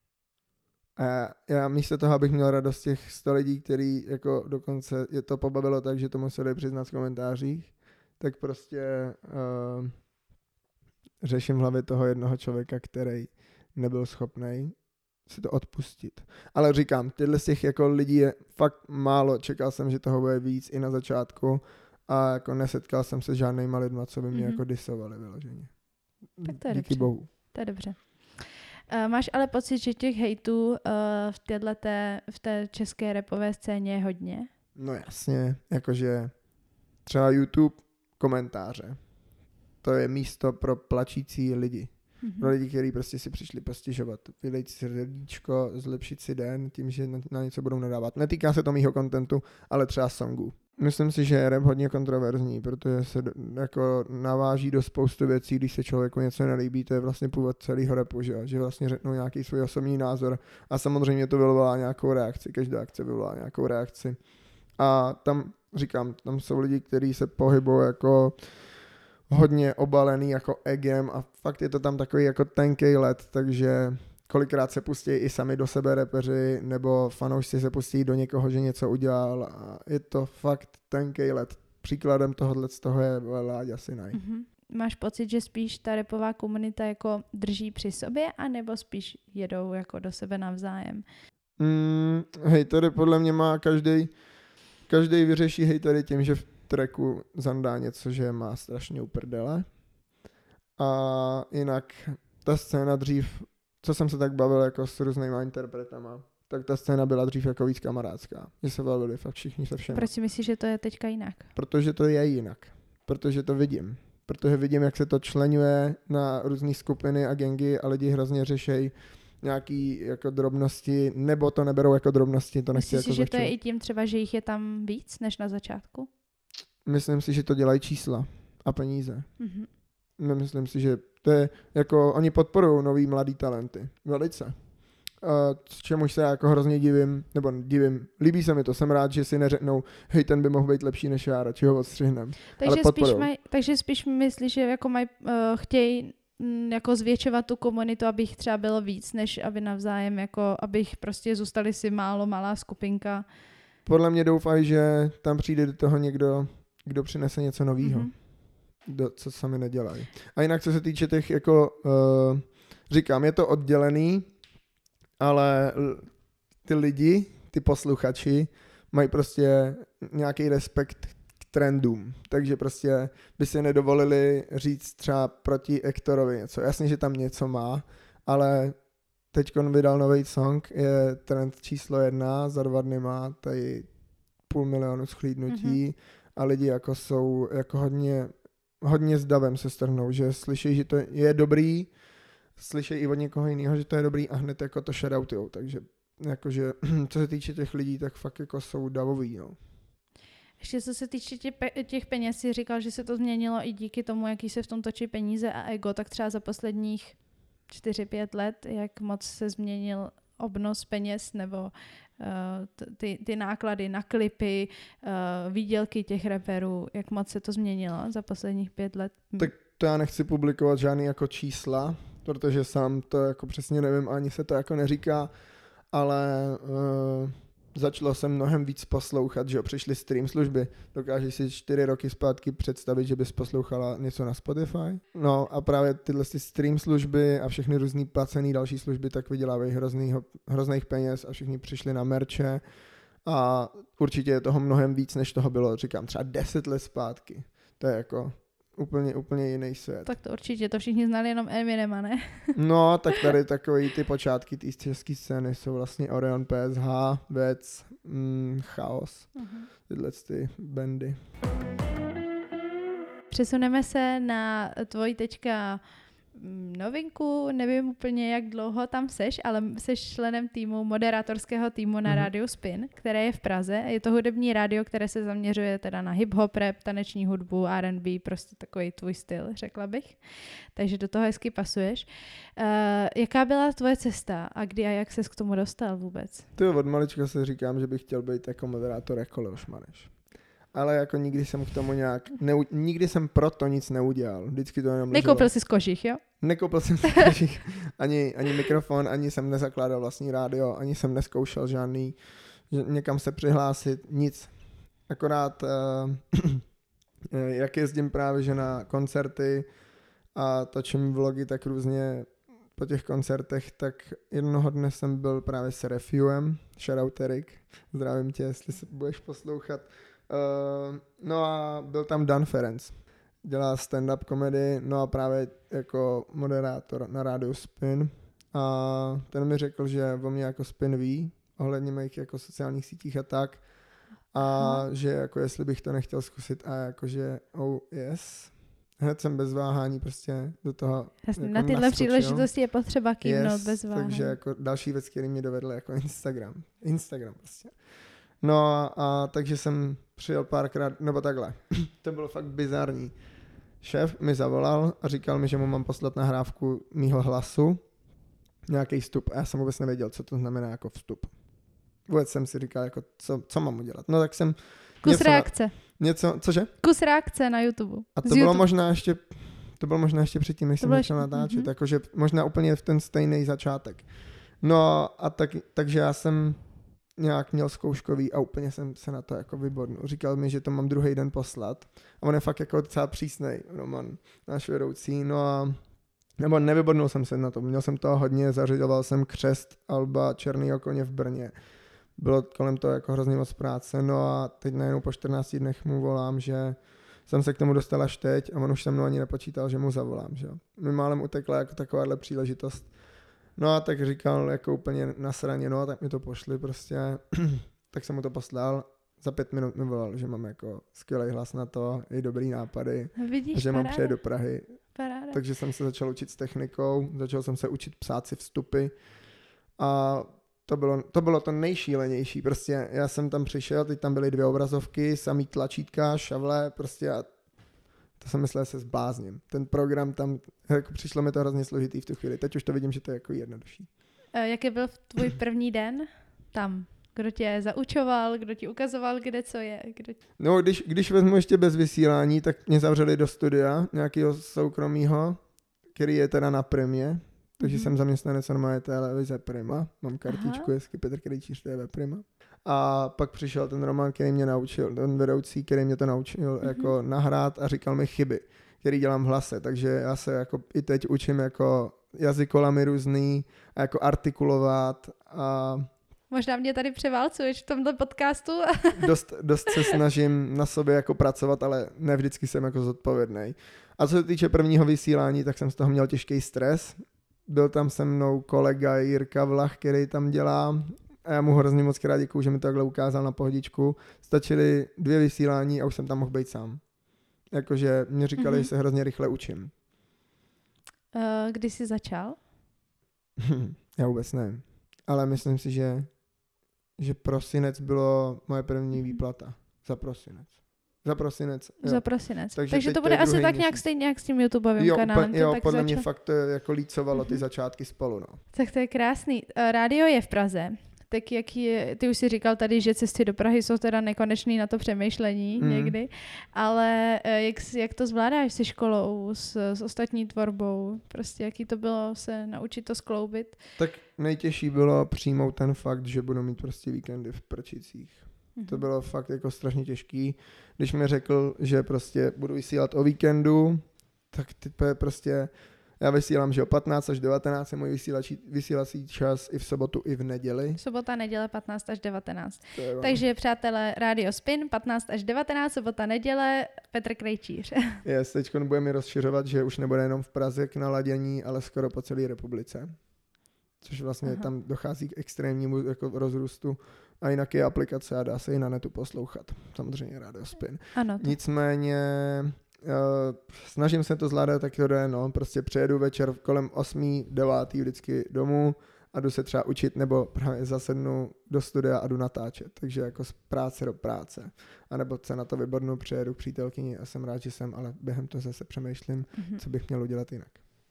A já, já místo toho, abych měl radost těch sto lidí, který jako dokonce je to pobavilo tak, že to museli přiznat v komentářích, tak prostě uh, řeším v hlavě toho jednoho člověka, který nebyl schopný si to odpustit. Ale říkám, tyhle z těch jako lidí je fakt málo, čekal jsem, že toho bude víc i na začátku a jako nesetkal jsem se s žádnýma lidma, co by mě mm-hmm. jako disovali vyloženě. Tak to je Díky dobře. bohu. To je dobře. Uh, máš ale pocit, že těch hejtů uh, v, téhleté, v té české rapové scéně je hodně? No jasně, jakože třeba YouTube komentáře. To je místo pro plačící lidi. Mm-hmm. Pro lidi, kteří prostě si přišli postěžovat. Vylejt si srdíčko, zlepšit si den tím, že na, na něco budou nadávat. Netýká se to mýho kontentu, ale třeba songů. Myslím si, že je rap hodně kontroverzní, protože se jako naváží do spoustu věcí, když se člověku něco nelíbí, to je vlastně původ celého rapu, že, že vlastně řeknou nějaký svůj osobní názor a samozřejmě to vyvolá nějakou reakci, každá akce vyvolá nějakou reakci. A tam, říkám, tam jsou lidi, kteří se pohybují jako hodně obalený jako egem a fakt je to tam takový jako tenkej led, takže kolikrát se pustí i sami do sebe repeři, nebo fanoušci se pustí do někoho, že něco udělal a je to fakt tenkej led. Příkladem tohohle z toho je Láďa Sinaj. Mm-hmm. Máš pocit, že spíš ta rapová komunita jako drží při sobě, anebo spíš jedou jako do sebe navzájem? Mm, hejtery podle mě má každý, každý vyřeší hejtery tím, že v tracku zandá něco, že má strašně uprdele. A jinak ta scéna dřív, co jsem se tak bavil jako s různýma interpretama, tak ta scéna byla dřív jako víc kamarádská. Že se bavili fakt všichni se všemi. Proč si myslíš, že to je teďka jinak? Protože to je jinak. Protože to vidím. Protože vidím, jak se to čleňuje na různé skupiny a gengy a lidi hrozně řešejí nějaký jako drobnosti, nebo to neberou jako drobnosti, to nechci Myslíš jako si, že to zlehčovat. je i tím třeba, že jich je tam víc než na začátku? Myslím si, že to dělají čísla a peníze. Mm-hmm. Nemyslím si, že to je jako, oni podporují nový mladý talenty. Velice. s čemuž se jako hrozně divím, nebo divím, líbí se mi to, jsem rád, že si neřeknou, hej, ten by mohl být lepší než já, radši ho odstřihnem. Takže spíš, maj, takže spíš myslíš, že jako maj, uh, chtějí m, jako zvětšovat tu komunitu, aby jich třeba bylo víc, než aby navzájem, jako abych prostě zůstali si málo, malá skupinka. Podle mě doufají, že tam přijde do toho někdo, kdo přinese něco novýho, mm-hmm. do, co sami nedělají. A jinak, co se týče těch, jako, uh, říkám, je to oddělený, ale ty lidi, ty posluchači, mají prostě nějaký respekt k trendům, takže prostě by si nedovolili říct třeba proti Ektorovi něco. Jasně, že tam něco má, ale teďkon vydal nový song, je trend číslo jedna, za dva dny má tady půl milionu schlídnutí mm-hmm. a lidi jako jsou jako hodně, hodně s davem se strhnou, že slyší, že to je dobrý, slyší i od někoho jiného, že to je dobrý a hned jako to shoutoutujou, takže jakože co se týče těch lidí, tak fakt jako jsou davový, no. Ještě co se týče těch peněz, si říkal, že se to změnilo i díky tomu, jaký se v tom točí peníze a ego, tak třeba za posledních čtyři pět let, jak moc se změnil obnos peněz nebo uh, ty, ty náklady na klipy, uh, výdělky těch rapperů, jak moc se to změnilo za posledních pět let? Tak to já nechci publikovat žádný jako čísla, protože sám to jako přesně nevím, ani se to jako neříká, ale uh, začalo jsem mnohem víc poslouchat, že jo, přišly stream služby. Dokážeš si čtyři roky zpátky představit, že bys poslouchala něco na Spotify? No a právě tyhle stream služby a všechny různý placený další služby tak vydělávají hroznýho, hrozných peněz a všichni přišli na merče a určitě je toho mnohem víc, než toho bylo, říkám, třeba deset let zpátky. To je jako úplně, úplně jiný svět. Tak to určitě, to všichni znali jenom Eminema, ne? No, tak tady takový ty počátky té české scény jsou vlastně Orion, P S H, Vec, mm, Chaos, uh-huh. tyhle ty bandy. Přesuneme se na tvoji teďka novinku, nevím úplně, jak dlouho tam seš, ale seš členem týmu, moderátorského týmu na mm-hmm. rádiu Spin, které je v Praze. Je to hudební rádio, které se zaměřuje teda na hip-hop, rap, taneční hudbu, R and B, prostě takový tvůj styl, řekla bych. Takže do toho hezky pasuješ. Uh, jaká byla tvoje cesta a kdy a jak ses k tomu dostal vůbec? Ty od malička se říkám, že bych chtěl být jako moderátor jako Leoš Maneš. Ale jako nikdy jsem k tomu nějak, neu, nikdy jsem proto nic neudělal. Vždycky to jenom leželo. Nekoupil jsi z kožich, jo? Nekoupil jsem si kožich. Ani, ani mikrofon, ani jsem nezakládal vlastní rádio, ani jsem neskoušel žádný, že někam se přihlásit, nic. Akorát, uh, jak jezdím právě že na koncerty a točím vlogy tak různě po těch koncertech, tak jednoho dne jsem byl právě s Refuem, shoutout Erik, zdravím tě, jestli se budeš poslouchat. Uh, no a byl tam Dan Ferenc, dělá stand-up komedy, no a právě jako moderátor na rádiu Spin a ten mi řekl, že o mě jako Spin ví ohledně mých jako sociálních sítích a tak a Aha. že jako jestli bych to nechtěl zkusit a jakože oh yes, hned jsem bez váhání prostě do toho Jasně, jako na tyhle naskočil. Příležitosti je potřeba kývnout yes, bez váhání. Takže jako další věc, který mě dovedl jako Instagram, Instagram prostě. No a, a takže jsem přijel párkrát, nebo takhle, to bylo fakt bizarní. Šéf mi zavolal a říkal mi, že mu mám poslat nahrávku mýho hlasu, nějaký vstup a já jsem vůbec nevěděl, co to znamená jako vstup. Vůbec jsem si říkal, jako, co, co mám udělat. No tak jsem... Kus reakce. Na, něco, cože? Kus reakce na YouTube. A to Z bylo YouTube. možná ještě, to bylo možná ještě předtím, než to jsem začal natáčet, mm-hmm. jakože možná úplně v ten stejný začátek. No a tak, takže já jsem nějak měl zkouškový a úplně jsem se na to jako vybodnul. Říkal mi, že to mám druhý den poslat a on je fakt jako docela přísnej, Roman, náš vedoucí, no a nebo nevybodnul jsem se na to, měl jsem toho hodně, zařizoval jsem křest Alba Černýho koně v Brně. Bylo kolem toho jako hrozně moc práce, no a teď najednou po čtrnácti dnech mu volám, že jsem se k tomu dostal až teď a on už se mnou ani nepočítal, že mu zavolám, že jo. Mi málem utekla jako takováhle příležitost. No a tak říkal jako úplně nasraně, no a tak mi to pošli prostě, tak jsem mu to poslal, za pět minut mi volal, že mám jako skvělý hlas na to, i dobrý nápady, Vidíš, že paráda. mám přijet do Prahy. Paráda. Takže jsem se začal učit s technikou, začal jsem se učit psát si vstupy a to bylo, to bylo to nejšílenější, prostě já jsem tam přišel, teď tam byly dvě obrazovky, samý tlačítka, šavle, prostě a to jsem myslel, že se zblázním. Ten program tam, jako přišlo mi to hrozně složitý v tu chvíli, teď už to vidím, že to je jako jednodušší. jaký byl tvůj první den tam? Kdo tě zaučoval, kdo ti ukazoval, kde co je? Kdo... No, když, když vezmu ještě bez vysílání, tak mě zavřeli do studia nějakého soukromého, který je teda na Primě, takže mm-hmm. jsem zaměstnanec normálně televize Prima, mám kartičku, jestli Petr Krejčíř, T V Prima. A pak přišel ten Roman, který mě naučil, ten vedoucí, který mě to naučil mm-hmm. jako nahrát a říkal mi chyby, který dělám v hlase, takže já se jako i teď učím jako jazykolamy různý a jako artikulovat a možná mě tady převálcuješ v tomto podcastu. dost, dost se snažím na sobě jako pracovat, ale ne vždycky jsem jako zodpovědnej. A co se týče prvního vysílání, tak jsem z toho měl těžký stres. Byl tam se mnou kolega Jirka Vlach, který tam dělá. A já mu hrozně moc krát děkuju, že mi to takhle ukázal na pohodičku. Stačily dvě vysílání a už jsem tam mohl být sám. Jakože mě říkali, mm-hmm. že se hrozně rychle učím. Uh, kdy jsi začal? Já vůbec nevím. Ale myslím si, že že prosinec bylo moje první výplata. Za prosinec. Za prosinec. Jo. Za prosinec. Takže, Takže to bude asi tak nějak stejně jak s tím YouTubeovým jo, kanálem. Jo, tak podle začal... mě fakt to jako lícovalo mm-hmm. ty začátky spolu. No. Tak to je krásný. Rádio je v Praze. Tak jak je, ty už si říkal tady, že cesty do Prahy jsou teda nekonečný na to přemýšlení mm. někdy, ale jak, jak to zvládáš se školou, s, s ostatní tvorbou? Prostě jaký to bylo se naučit to skloubit? Tak nejtěžší bylo přijmout ten fakt, že budu mít prostě víkendy v Prčicích. Mm. To bylo fakt jako strašně těžký. Když mi řekl, že prostě budu vysílat o víkendu, tak ty prostě... Já vysílám, že o patnáct až devatenáct je můj vysílací, vysílací čas i v sobotu, i v neděli. Sobota, neděle patnáct až devatenáct. Takže přátelé, Radio Spin patnáct až devatenáct, sobota, neděle, Petr Krejčíř. Yes, teď budeme rozšiřovat, že už nebude jenom v Praze k naladění, ale skoro po celé republice. Což vlastně Aha. tam dochází k extrémnímu jako rozrůstu. A jinak je aplikace a dá se i na netu poslouchat. Samozřejmě Radio Spin. Ano. To... Nicméně... Uh, snažím se to zvládat, tak to jde, no, prostě přijedu večer kolem osmý, devátý vždycky domů a jdu se třeba učit, nebo právě zasednu do studia a jdu natáčet, takže jako z práce do práce, a nebo se na to vybornu, přijedu k přítelkyni a jsem rád, že jsem, ale během toho zase přemýšlím, mm-hmm. co bych měl udělat jinak.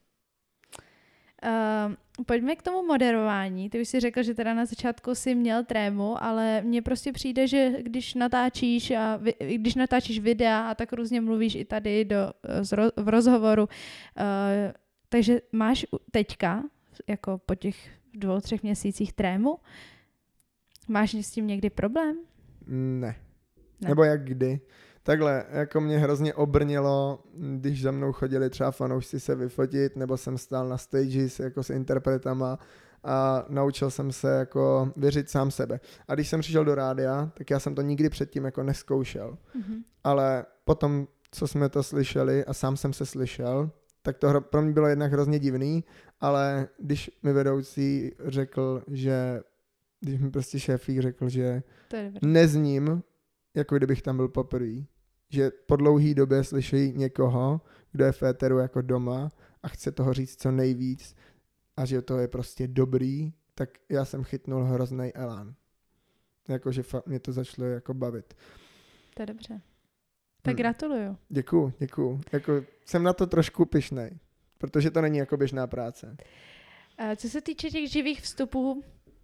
Uh, pojďme k tomu moderování. Ty už si řekl, že teda na začátku si měl trému, ale mně prostě přijde, že když natáčíš a vy, když natáčíš videa a tak různě mluvíš i tady do, v rozhovoru, uh, takže máš teďka, jako po těch dvou, třech měsících trému, máš s tím někdy problém? Ne. ne. Nebo jak kdy? Takhle, jako mě hrozně obrnilo, když za mnou chodili třeba fanoušci se vyfotit, nebo jsem stál na stage jako s interpretama a naučil jsem se jako věřit sám sebe. A když jsem přišel do rádia, tak já jsem to nikdy předtím jako neskoušel. Mm-hmm. Ale potom, co jsme to slyšeli a sám jsem se slyšel, tak to pro mě bylo jednak hrozně divný, ale když mi vedoucí řekl, že, když mi prostě šéfík řekl, že nezním, jako kdybych tam byl poprvé, že po dlouhý době slyší někoho, kdo je v éteru jako doma a chce toho říct co nejvíc a že to je prostě dobrý, tak já jsem chytnul hrozný elán. Jakože fakt mě to začalo jako bavit. To je dobře. Tak hmm. gratuluju. Děkuju, děkuju. Jako jsem na to trošku pyšnej, protože to není jako běžná práce. Co se týče těch živých vstupů,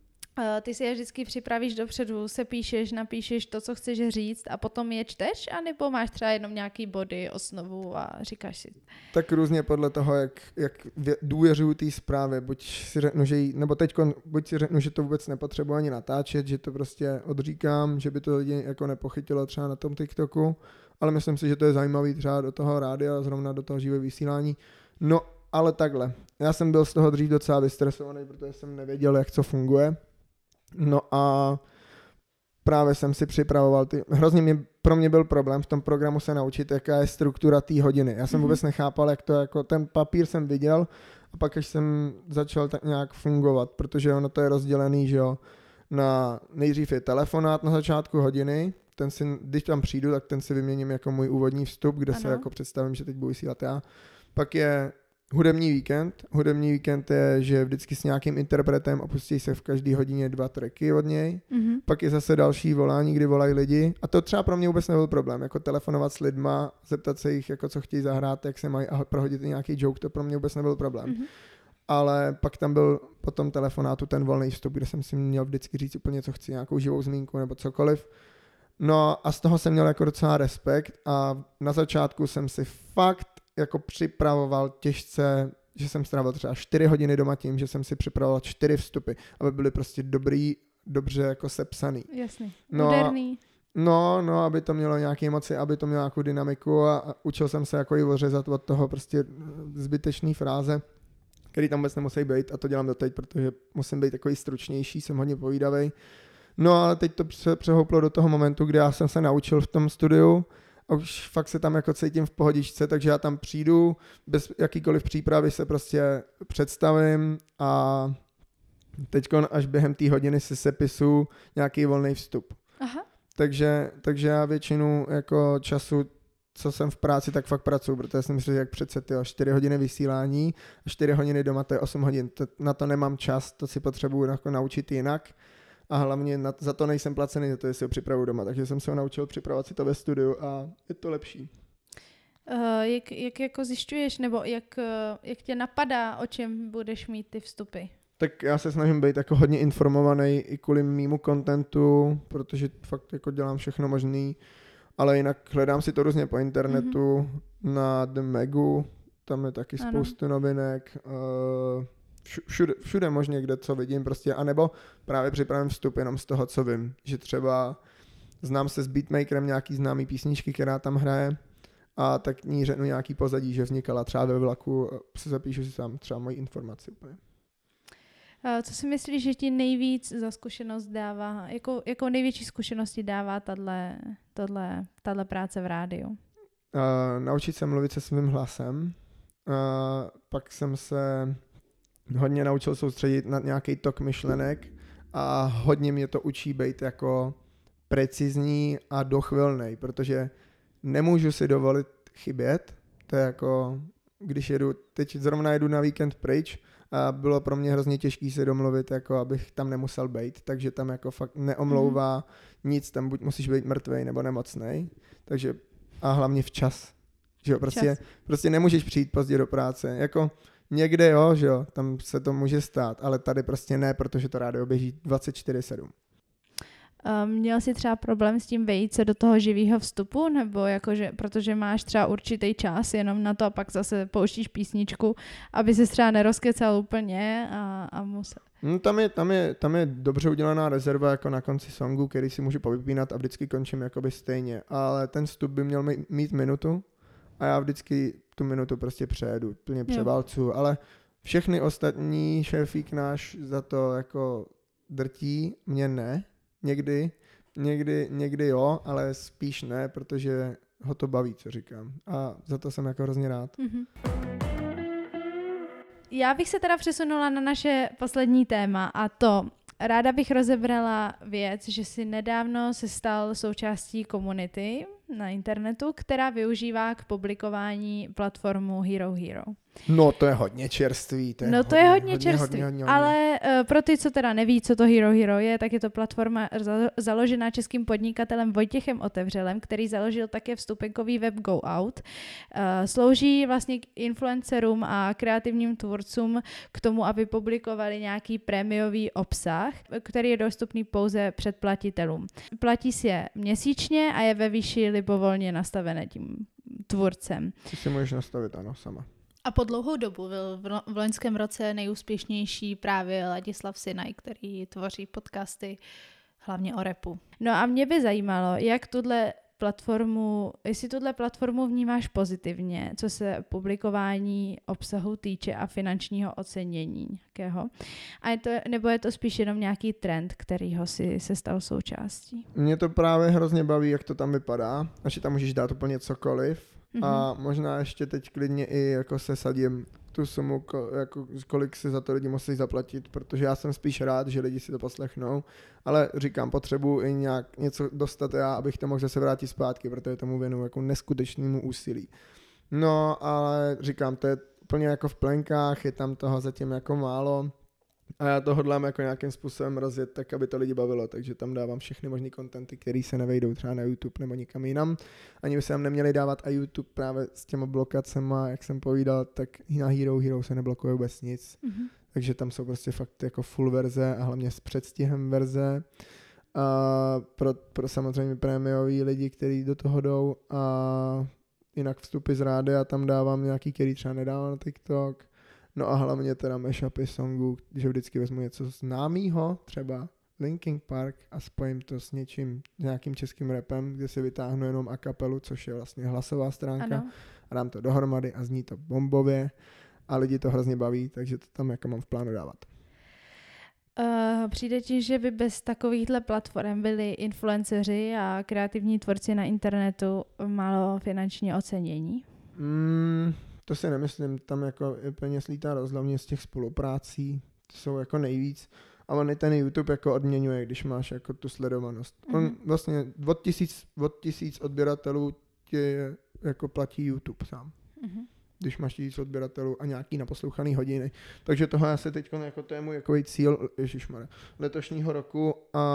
ty si je vždycky připravíš dopředu, se píšeš, napíšeš to, co chceš říct a potom je čteš, anebo máš třeba jenom nějaký body, osnovu a říkáš si? Tak různě podle toho, jak, jak důvěřuju té zprávě, buď si řeknu, že jí, nebo teď buď si řeknu, že to vůbec nepotřebuji ani natáčet, že to prostě odříkám, že by to lidi jako nepochytilo třeba na tom TikToku, ale myslím si, že to je zajímavý třeba do toho rádia, zrovna do toho živého vysílání. No, ale takhle. Já jsem byl z toho dřív docela vystresovaný, protože jsem nevěděl, jak co funguje. No a právě jsem si připravoval ty, hrozně mě, pro mě byl problém v tom programu se naučit, jaká je struktura té hodiny. Já jsem mm-hmm. vůbec nechápal, jak to jako, ten papír jsem viděl a pak až jsem začal tak nějak fungovat, protože ono to je rozdělený, že jo, na nejdřív je telefonát na začátku hodiny, ten si, když tam přijdu, tak ten si vyměním jako můj úvodní vstup, kde ano. se jako představím, že teď budu vysílat já. Pak je hudební víkend. Hudební víkend je, že vždycky s nějakým interpretem opustí se v každý hodině dva tracky od něj. Mm-hmm. Pak je zase další volání, kdy volají lidi. A to třeba pro mě vůbec nebyl problém. Jako telefonovat s lidma, zeptat se jich, jako co chtějí zahrát, jak se mají a prohodit nějaký joke, to pro mě vůbec nebyl problém. Mm-hmm. ale pak tam byl po tom telefonátu ten volný vstup, kde jsem si měl vždycky říct úplně, co chci, nějakou živou zmínku nebo cokoliv. No a z toho jsem měl jako docela respekt a na začátku jsem si fakt jako připravoval těžce, že jsem strávil třeba čtyři hodiny doma tím, že jsem si připravoval čtyři vstupy, aby byly prostě dobrý, dobře jako sepsaný. Jasný, no, moderný. No, no, aby to mělo nějaké emoci, aby to mělo nějakou dynamiku a, a učil jsem se jako i ořezat od toho prostě zbytečný fráze, který tam vůbec nemusí být a to dělám doteď, protože musím být takový stručnější, jsem hodně povídavej. No ale teď to pře- přehouplo do toho momentu, kdy já jsem se naučil v tom studiu a už fakt se tam jako cítím v pohodičce, takže já tam přijdu, bez jakýkoliv přípravy se prostě představím a teďkon až během té hodiny si sepisu nějaký volný vstup. Aha. Takže, takže já většinu jako času, co jsem v práci, tak fakt pracuji, protože jsem si jak přece tyjo, čtyři hodiny vysílání a čtyři hodiny doma, to je osm hodin. To, na to nemám čas, to si potřebuji jako naučit jinak a hlavně na, za to nejsem placený, za to, že si ho připravuji doma, takže jsem se ho naučil připravovat si to ve studiu a je to lepší. Uh, jak, jak jako zjišťuješ, nebo jak, uh, jak tě napadá, o čem budeš mít ty vstupy? Tak já se snažím být jako hodně informovaný i kvůli mýmu kontentu, protože fakt jako dělám všechno možný, ale jinak hledám si to různě po internetu, mm-hmm. na The Magu, tam je taky ano. spoustu novinek, uh, všude, všude možně, kde co vidím prostě, anebo právě připravím vstup jenom z toho, co vím, že třeba znám se s beatmakerem nějaký známý písničky, která tam hraje a tak ní řeknu nějaký pozadí, že vznikala třeba ve vlaku, se zapíšu si tam třeba moji informaci úplně. Co si myslíš, že ti nejvíc za zkušenost dává, jako, jako největší zkušenosti dává tahle, tahle, tahle práce v rádiu? Uh, naučit se mluvit se svým hlasem. Uh, pak jsem se hodně naučil soustředit na nějaký tok myšlenek a hodně mě to učí být jako precizní a dochvilnej, protože nemůžu si dovolit chybět. To je jako, když jedu, teď zrovna jedu na víkend pryč, a bylo pro mě hrozně těžký se domluvit, jako abych tam nemusel být, takže tam jako fakt neomlouvá mm. nic, tam buď musíš být mrtvej nebo nemocnej, takže a hlavně včas, že jo, prostě, prostě nemůžeš přijít pozdě do práce, jako někde jo, že jo, tam se to může stát, ale tady prostě ne, protože to rádio běží dvacet čtyři sedm. Um, měl jsi třeba problém s tím vejít se do toho živého vstupu, nebo jakože, protože máš třeba určitý čas jenom na to a pak zase pouštíš písničku, aby se třeba nerozkecal úplně a, a musel. No, tam, je, tam, je, tam je dobře udělaná rezerva jako na konci songu, který si můžu povypínat a vždycky končím jakoby stejně, ale ten vstup by měl mít minutu a já vždycky tu minutu prostě přejedu, plně převálcuju, ale všechny ostatní šéfík náš za to jako drtí, mě ne. Někdy, někdy, někdy jo, ale spíš ne, protože ho to baví, co říkám. A za to jsem jako hrozně rád. Mm-hmm. Já bych se teda přesunula na naše poslední téma a to ráda bych rozebrala věc, že si nedávno se stal součástí komunity na internetu, která využívá k publikování platformu Hero Hero. No to je hodně čerstvý. To je no hodně, to je hodně, hodně čerstvý, hodně, hodně, hodně. ale uh, pro ty, co teda neví, co to Hero Hero je, tak je to platforma za- založená českým podnikatelem Vojtěchem Otevřelem, který založil také vstupenkový web Go Out. Uh, slouží vlastně k influencerům a kreativním tvůrcům k tomu, aby publikovali nějaký prémiový obsah, který je dostupný pouze předplatitelům. Platí si je měsíčně a je ve výši libovolně nastavené tím tvůrcem. Ty si můžeš nastavit, ano, sama. A po dlouhou dobu byl v, lo- v loňském roce nejúspěšnější právě Ladislav Sinaj, který tvoří podcasty hlavně o rapu. No a mě by zajímalo, jak tuhle platformu, jestli tuhle platformu vnímáš pozitivně, co se publikování obsahu týče a finančního ocenění nějakého. A je to, nebo je to spíš jenom nějaký trend, kterýho si se stal součástí? Mě to právě hrozně baví, jak to tam vypadá, a že tam můžeš dát úplně cokoliv. Mm-hmm. A možná ještě teď klidně i jako se sadím tu sumu, jako kolik si za to lidi musí zaplatit, protože já jsem spíš rád, že lidi si to poslechnou, ale říkám, potřebuji i nějak něco dostat já, abych to mohl zase vrátit zpátky, protože tomu věnuju jako neskutečnému úsilí. No, ale říkám, to je úplně jako v plenkách, je tam toho zatím jako málo A já to hodlám jako nějakým způsobem rozjet tak, aby to lidi bavilo, takže tam dávám všechny možný kontenty, které se nevejdou třeba na YouTube nebo nikam jinam. Ani by se tam neměli dávat a YouTube právě s těma blokacema, jak jsem povídal, tak na Hero Hero se neblokuje vůbec nic. Mm-hmm. Takže tam jsou prostě fakt jako full verze a hlavně s předstihem verze. A pro, pro samozřejmě prémiový lidi, kteří do toho jdou a jinak vstupy z rádia tam dávám nějaký, který třeba nedávám na TikTok. No a hlavně teda mashupy songů, že vždycky vezmu něco známýho, třeba Linkin Park a spojím to s něčím, nějakým českým rapem, kde si vytáhnu jenom a kapelu, což je vlastně hlasová stránka. Ano. A dám to dohromady a zní to bombově a lidi to hrozně baví, takže to tam jako mám v plánu dávat. Uh, přijde ti, že by bez takovýchhle platform byli influenceři a kreativní tvůrci na internetu málo finanční ocenění? Mm, to si nemyslím, tam jako je peněz lítá rozhlavně z těch spoluprácí, to jsou jako nejvíc. A on i ten YouTube jako odměňuje, když máš jako tu sledovanost. Mm-hmm. On vlastně od tisíc, od tisíc odběratelů tě jako platí YouTube sám. Mm-hmm. Když máš tisíc odběratelů a nějaký naposlouchaný hodiny. Takže tohle já se teď jako to je můj jakový cíl ježišmarja, letošního roku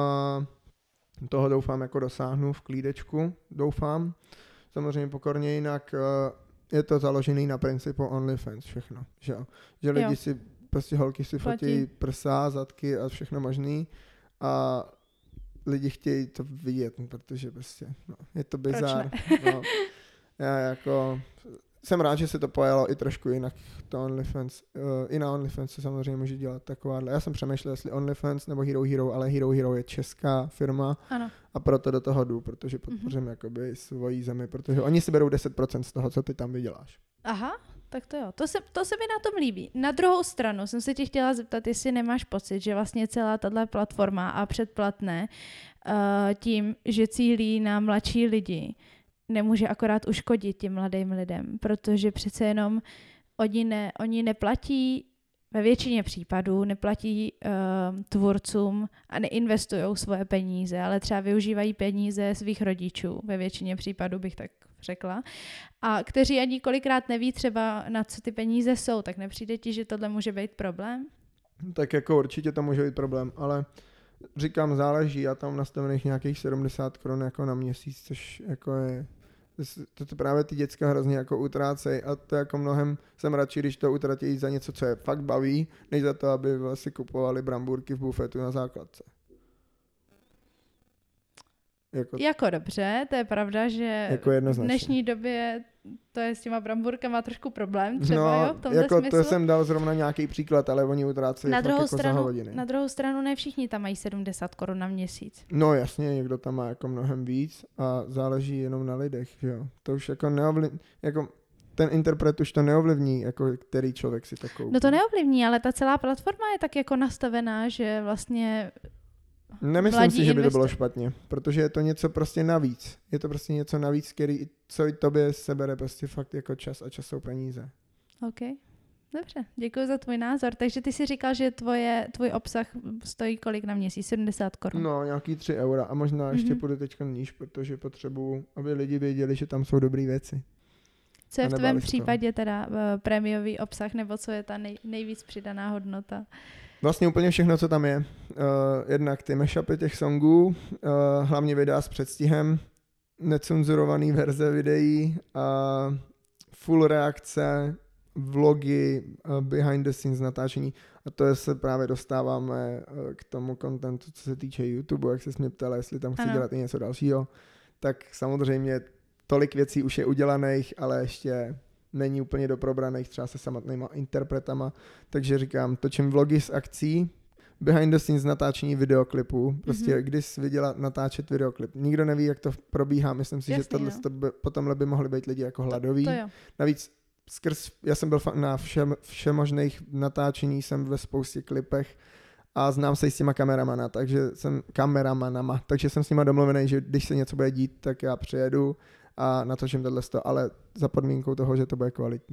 a toho doufám jako dosáhnu v klídečku, doufám. Samozřejmě pokorně jinak je to založený na principu OnlyFans všechno, že jo. Že lidi jo. si, prostě holky si fotí prsa, zadky a všechno možný a lidi chtějí to vidět, protože prostě, no, je to bizár. No. Já jako jsem rád, že se to pojalo i trošku jinak, to OnlyFans. Uh, I na OnlyFans se samozřejmě může dělat takováhle. Já jsem přemýšlel, jestli OnlyFans nebo Hero Hero, ale Hero Hero je česká firma ano. A proto do toho jdu, protože podpořím mm-hmm. jakoby svoji zemi, protože oni si berou deset procent z toho, co ty tam vyděláš. Aha, tak to jo. To se, to se mi na tom líbí. Na druhou stranu jsem se tě chtěla zeptat, jestli nemáš pocit, že vlastně celá tato platforma a předplatné uh, tím, že cílí na mladší lidi, nemůže akorát uškodit těm mladým lidem, protože přece jenom oni, ne, oni neplatí, ve většině případů neplatí uh, tvůrcům a neinvestují svoje peníze, ale třeba využívají peníze svých rodičů, ve většině případů bych tak řekla, a kteří ani kolikrát neví třeba, na co ty peníze jsou, tak nepřijde ti, že tohle může být problém? Tak jako určitě to může být problém, ale říkám, záleží, já tam nastavených nějakých sedmdesát korun jako na měsíc, což jako je, to, to právě ty děcka hrozně jako utrácej a to jako mnohem jsem radši, když to utratí za něco, co je fakt baví, než za to, aby vlastně kupovali brambůrky v bufetu na základce. Jako, jako dobře, to je pravda, že jako v dnešní době to je s těma bramburkama trošku problém, třeba no, jo, v tomhle jako smyslu. To jsem dal zrovna nějaký příklad, ale oni utrácejí na fakt druhou jako stranu, za hodiny. Na druhou stranu ne všichni tam mají sedmdesát korun na měsíc. No jasně, někdo tam má jako mnohem víc a záleží jenom na lidech, že jo. To už jako neovlivní, jako ten interpret už to neovlivní, jako který člověk si to koupí. No to neovlivní, ale ta celá platforma je tak jako nastavená, že vlastně nemyslím si, že by to bylo špatně, protože je to něco prostě navíc. Je to prostě něco navíc, který, co i tobě sebere prostě fakt jako čas a čas jsou peníze. OK, dobře, děkuji za tvůj názor. Takže ty si říkal, že tvoje, tvůj obsah stojí kolik na měsíc? sedmdesát korun? No, nějaký tři eura a možná ještě mm-hmm. půjdu teďka níž, protože potřebuju, aby lidi věděli, že tam jsou dobrý věci. Co je v tvém případě teda uh, prémiový obsah, nebo co je ta nej, nejvíc přidaná hodnota? Vlastně úplně všechno, co tam je. Uh, jednak ty mashupy těch songů, uh, hlavně videa s předstihem, necenzurovaný verze videí, uh, full reakce, vlogy, uh, behind the scenes natáčení. A to je, se právě dostáváme uh, k tomu contentu, co se týče YouTube, jak se mě ptala, jestli tam chci ano. dělat i něco dalšího. Tak samozřejmě tolik věcí už je udělaných, ale ještě není úplně doprobraných třeba se samotnýma interpretama, takže říkám, točím vlogy z akcí, behind the scenes natáčení videoklipů, prostě mm-hmm. když jsi viděla natáčet videoklip. Nikdo neví, jak to probíhá, myslím si, Jasný, že tohle to by, potom by mohli být lidi jako hladoví. To, to Navíc skrz, já jsem byl na všem, všemožných natáčení, jsem ve spoustě klipech a znám se i s těma kameramana, takže jsem kameramanama, takže jsem s nima domluvený, že když se něco bude dít, tak já přijedu a natočím tohle sto, ale za podmínkou toho, že to bude kvalitní.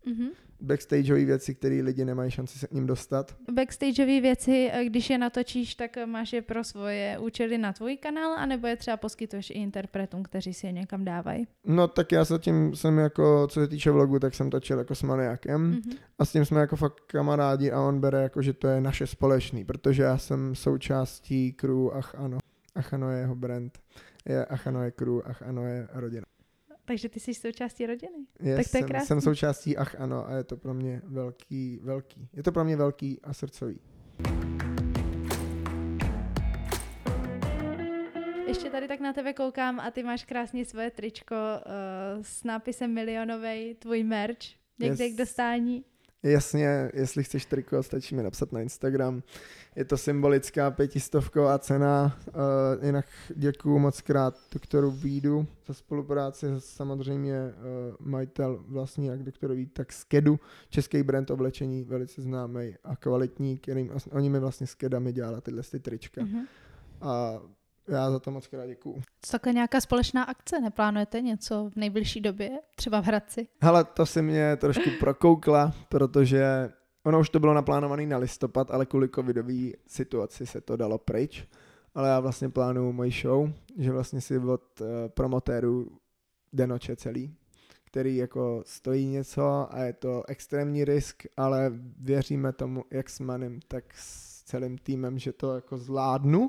Mm-hmm. Backstageové věci, které lidi nemají šanci se k ním dostat. Backstageové věci, když je natočíš, tak máš je pro svoje účely na tvůj kanál, anebo je třeba poskytuješ i interpretům, kteří si je někam dávají? No tak já zatím jsem jako, co se týče vlogu, tak jsem točil jako s Maniakem mm-hmm. a s tím jsme jako fakt kamarádi a on bere jako, že to je naše společný, protože já jsem součástí crew Ach Ano. Ach Ano je jeho brand. Je Ach Ano je crew, Ach Ano je rodina. Takže ty jsi součástí rodiny. Yes, tak to je jsem, krásný. jsem součástí Ach Ano a je to pro mě velký, velký. Je to pro mě velký a srdcový. Ještě tady tak na tebe koukám a ty máš krásně svoje tričko uh, s nápisem milionovej, tvůj merch, někde yes. k dostání. Jasně, jestli chceš triko, stačí mi napsat na Instagram. Je to symbolická pětistovková cena. Uh, jinak děkuju moc krát doktoru Vídu za spolupráci. Samozřejmě uh, majitel vlastní jak doktor Víd, tak Skedu, český brand oblečení, velice známý a kvalitní, kterým oni mi vlastně s Kedami dělali tyhle ty trička. Mm-hmm. A já za to moc krát děkuju. Co takhle nějaká společná akce? Neplánujete něco v nejbližší době? Třeba v Hradci? Hele, to si mě trošku prokoukla, protože ono už to bylo naplánované na listopad, ale kvůli covidové situaci se to dalo pryč. Ale já vlastně plánuju moji show, že vlastně si od uh, promotérů Denoče celý, který jako stojí něco a je to extrémní risk, ale věříme tomu jak s Manem, tak s celým týmem, že to jako zvládnu.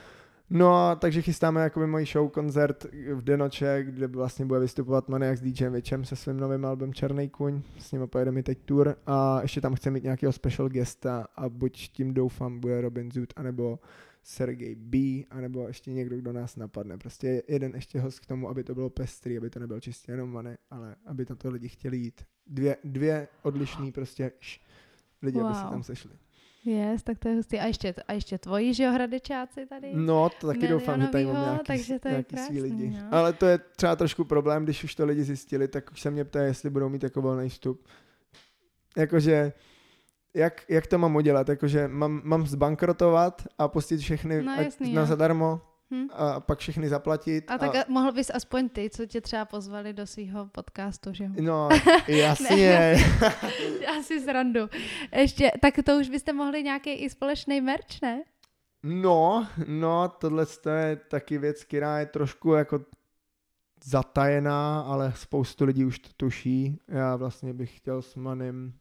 No, takže chystáme jakoby moji show, koncert v Denoče, kde vlastně bude vystupovat Maniak s DJem Vičem se svým novým albem Černý kůň, s ním pojede mi teď tour a ještě tam chce mít nějakého special guesta a buď tím doufám bude Robin Zoot, anebo Sergej B, anebo ještě někdo, kdo nás napadne. Prostě jeden ještě host k tomu, aby to bylo pestrý, aby to nebyl čistě jenom Mani, ale aby tam to lidi chtěli jít. Dvě, dvě odlišný prostě š, lidi, wow. aby se tam sešli. Yes, tak to je hustý. A ještě, a ještě tvoji, že jo, hradečáci tady? No, to taky doufám, že tady mám nějaký, takže to je nějaký krásný, svý lidi. No. Ale to je třeba trošku problém, když už to lidi zjistili, tak už se mě ptají, jestli budou mít jako volný vstup. Jakože, jak, jak to mám udělat? Jakože mám, mám zbankrotovat a pustit všechny no, jasný, na jo. zadarmo hm? a pak všechny zaplatit. A tak a... mohl bys aspoň ty, co tě třeba pozvali do svého podcastu, že jo? No, jasně. Já si srandu. Ještě, tak to už byste mohli nějaký i společný merch, ne? No, no, tohle je taky věc, která je trošku jako zatajená, ale spoustu lidí už to tuší. Já vlastně bych chtěl s Manem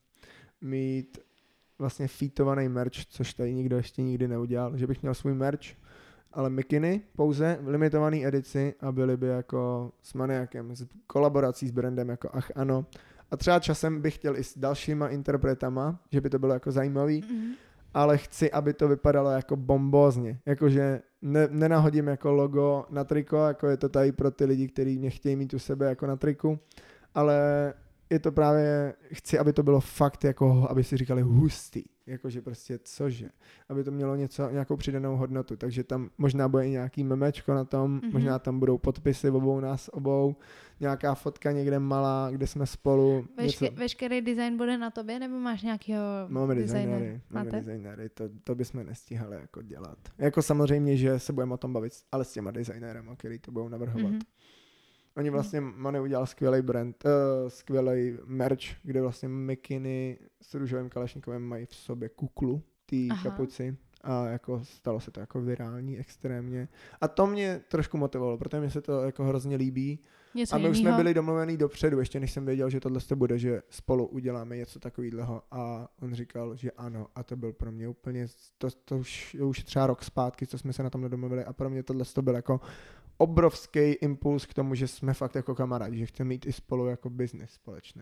mít vlastně featovaný merch, což tady nikdo ještě nikdy neudělal, že bych měl svůj merch, ale mikiny pouze v limitované edici a byly by jako s Maniakem, s kolaborací s brandem jako Ach Ano. A třeba časem bych chtěl i s dalšíma interpretama, že by to bylo jako zajímavý, mm-hmm. ale chci, aby to vypadalo jako bombózně. Jakože ne, nenahodím jako logo na triko, jako je to tady pro ty lidi, kteří mě chtějí mít u sebe jako na triku, ale je to právě, chci, aby to bylo fakt jako, aby si říkali hustý, jakože prostě cože, aby to mělo něco, nějakou přidanou hodnotu, takže tam možná bude i nějaký memečko na tom, mm-hmm. možná tam budou podpisy obou nás obou, nějaká fotka někde malá, kde jsme spolu. Veške, něco... Veškerý design bude na tobě, nebo máš nějakého máme designéry? Máme designéry, to, to bychom nestíhali jako dělat. Jako samozřejmě, že se budeme o tom bavit, ale s těma designérama, který to budou navrhovat. Mm-hmm. Oni vlastně, Mani udělal skvělý brand, uh, skvělý merch, kde vlastně mikiny s růžovým kalašníkovem mají v sobě kuklu, ty kapuci a jako stalo se to jako virální extrémně. A to mě trošku motivovalo, protože mi se to jako hrozně líbí. Něco a my jinýho. už jsme byli domluvený dopředu, ještě než jsem věděl, že tohle to bude, že spolu uděláme něco takového a on říkal, že ano a to byl pro mě úplně, to, to už, už třeba rok zpátky, co jsme se na tom nedomluvili a pro mě tohle to byl jako obrovský impuls k tomu, že jsme fakt jako kamarádi, že chceme mít i spolu jako biznis společný.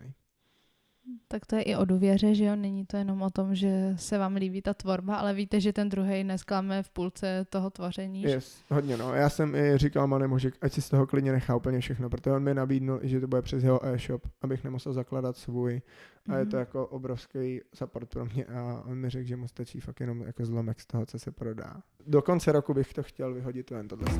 Tak to je i o důvěře, že jo? Není to jenom o tom, že se vám líbí ta tvorba, ale víte, že ten druhej nesklame v půlce toho tvoření. Yes, hodně no. Já jsem i říkal Manemu, že ať si z toho klidně nechá úplně všechno, protože on mi nabídnul, že to bude přes jeho e-shop, abych nemusel zakládat svůj. A mm-hmm. je to jako obrovský support pro mě a on mi řekl, že mu stačí fakt jenom jako zlomek z toho, co se prodá. Do konce roku bych to chtěl vyhodit ven tohle.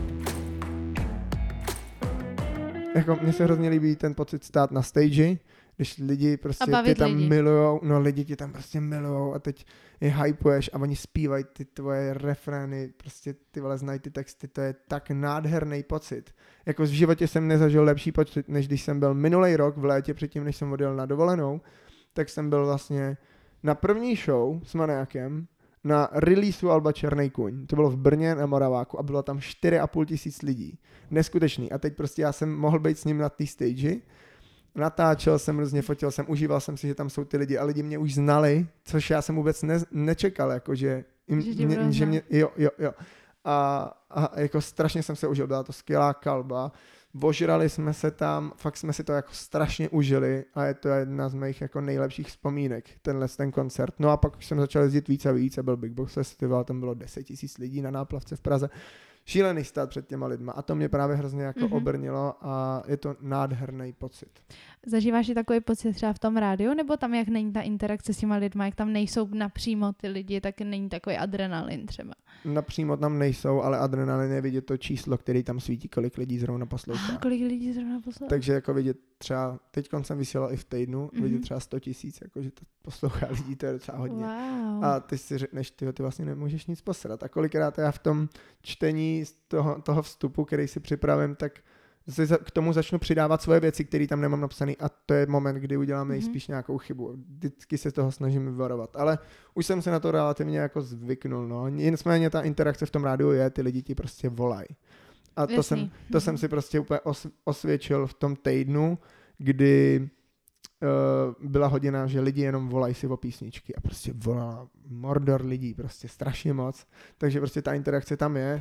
Jako mně se hrozně líbí ten pocit stát na stage, Když lidi prostě A ty tam lidi. milujou, no lidi ti tam prostě milujou a teď je hypuješ a oni zpívají ty tvoje refrény, prostě ty vole znají ty texty, to je tak nádherný pocit. Jako v životě jsem nezažil lepší pocit, než když jsem byl minulý rok v létě předtím, než jsem odjel na dovolenou, tak jsem byl vlastně na první show s Maniakem na releaseu alba Černej kůň. To bylo v Brně na Moraváku a bylo tam čtyři a půl tisíc lidí. Neskutečný. A teď prostě já jsem mohl být s ním na té stage. Natáčel jsem různě, fotil jsem, užíval jsem si, že tam jsou ty lidi a lidi mě už znali, což já jsem vůbec ne, nečekal, jako že, jim, Že mě, že mě, jo, jo, jo. A, a jako strašně jsem se užil, byla to skvělá kalba, ožrali jsme se tam, fakt jsme si to jako strašně užili a je to jedna z mých jako nejlepších vzpomínek, tenhle ten koncert. No a pak už jsem začal jezdit víc a víc a byl Big Box Festival, tam bylo deset tisíc lidí na náplavce v Praze. Šílený stát před těma lidma a to mě právě hrozně jako mm-hmm. obrnilo a je to nádherný pocit. Zažíváš i takový pocit třeba v tom rádiu, nebo tam jak není ta interakce s těma lidma, jak tam nejsou napřímo ty lidi, tak není takový adrenalin třeba? Napřímo tam nejsou, ale adrenalin je vidět to číslo, který tam svítí, kolik lidí zrovna poslouchá. Ah, kolik lidí zrovna poslouchá? Takže jako vidět třeba, teď jsem vysílal i v týdnu, mm-hmm. vidět třeba sto tisíc, jakože to poslouchá lidí, to je docela hodně. Wow. A ty si řekneš, ty, ty vlastně nemůžeš nic posrat. A kolikrát já v tom čtení z toho, toho vstupu, který si připravím, tak si k tomu začnu přidávat svoje věci, které tam nemám napsané a to je moment, kdy udělám nejspíš mm-hmm. nějakou chybu. Vždycky se toho snažím vyvarovat, ale už jsem se na to relativně jako zvyknul. No. Nicméně ta interakce v tom rádiu je, ty lidi ti prostě volají. A to, jsem, to jsem si prostě úplně os, osvědčil v tom týdnu, kdy uh, byla hodina, že lidi jenom volají si o písničky a prostě volala mordor lidí, prostě strašně moc. Takže prostě ta interakce tam je.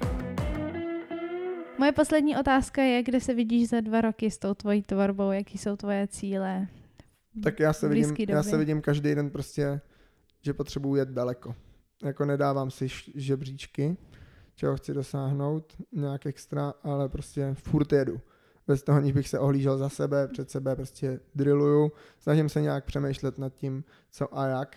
Moje poslední otázka je, kde se vidíš za dva roky s tou tvojí tvorbou, jaký jsou tvoje cíle? Tak já se vidím, já se vidím každý den prostě, že potřebuji jet daleko. Jako nedávám si žebříčky, čeho chci dosáhnout, nějak extra, ale prostě furt jedu. Bez toho, aniž bych se ohlížel za sebe, před sebe prostě drilluju. Snažím se nějak přemýšlet nad tím, co a jak.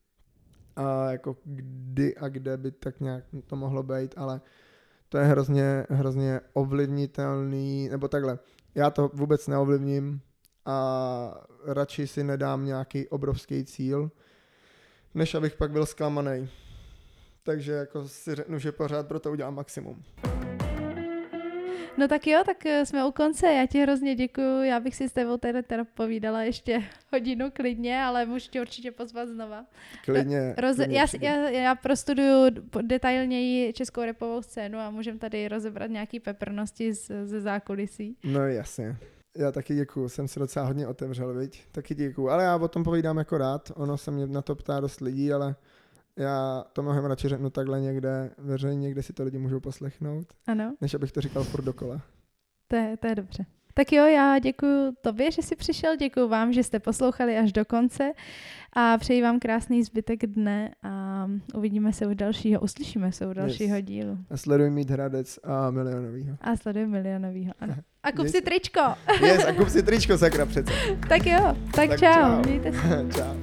A jako kdy a kde by tak nějak to mohlo být, ale to je hrozně, hrozně ovlivnitelný, nebo takhle. Já to vůbec neovlivním a radši si nedám nějaký obrovský cíl, než abych pak byl zklamaný. Takže jako si řeknu, že pořád pro to udělám maximum. No tak jo, tak jsme u konce, já ti hrozně děkuju, já bych si s tebou tady teda povídala ještě hodinu klidně, ale můžu tě určitě pozvat znova. Klidně. Roz, klidně já, já, já prostuduju detailněji českou rapovou scénu a můžeme tady rozebrat nějaký peprnosti z, ze zákulisí. No jasně. Já taky děkuju, jsem se docela hodně otevřel, viď? Taky děkuju, ale já o tom povídám jako rád, ono se mě na to ptá dost lidí, ale já to mnohem radši řeknu takhle někde veřejně, kde si to lidi můžou poslechnout, ano. než abych to říkal furt dokola. To je, to je dobře. Tak jo, já děkuji tobě, že jsi přišel, děkuji vám, že jste poslouchali až do konce a přeji vám krásný zbytek dne a uvidíme se u dalšího, uslyšíme se u dalšího yes. dílu. A sleduj Mít Hradec a Milionovýho. A sleduj Milionovýho, ano. A kup si tričko. Yes, a kup si tričko, sakra přece. Tak jo, tak, tak čau, čau. mějte se. Čau.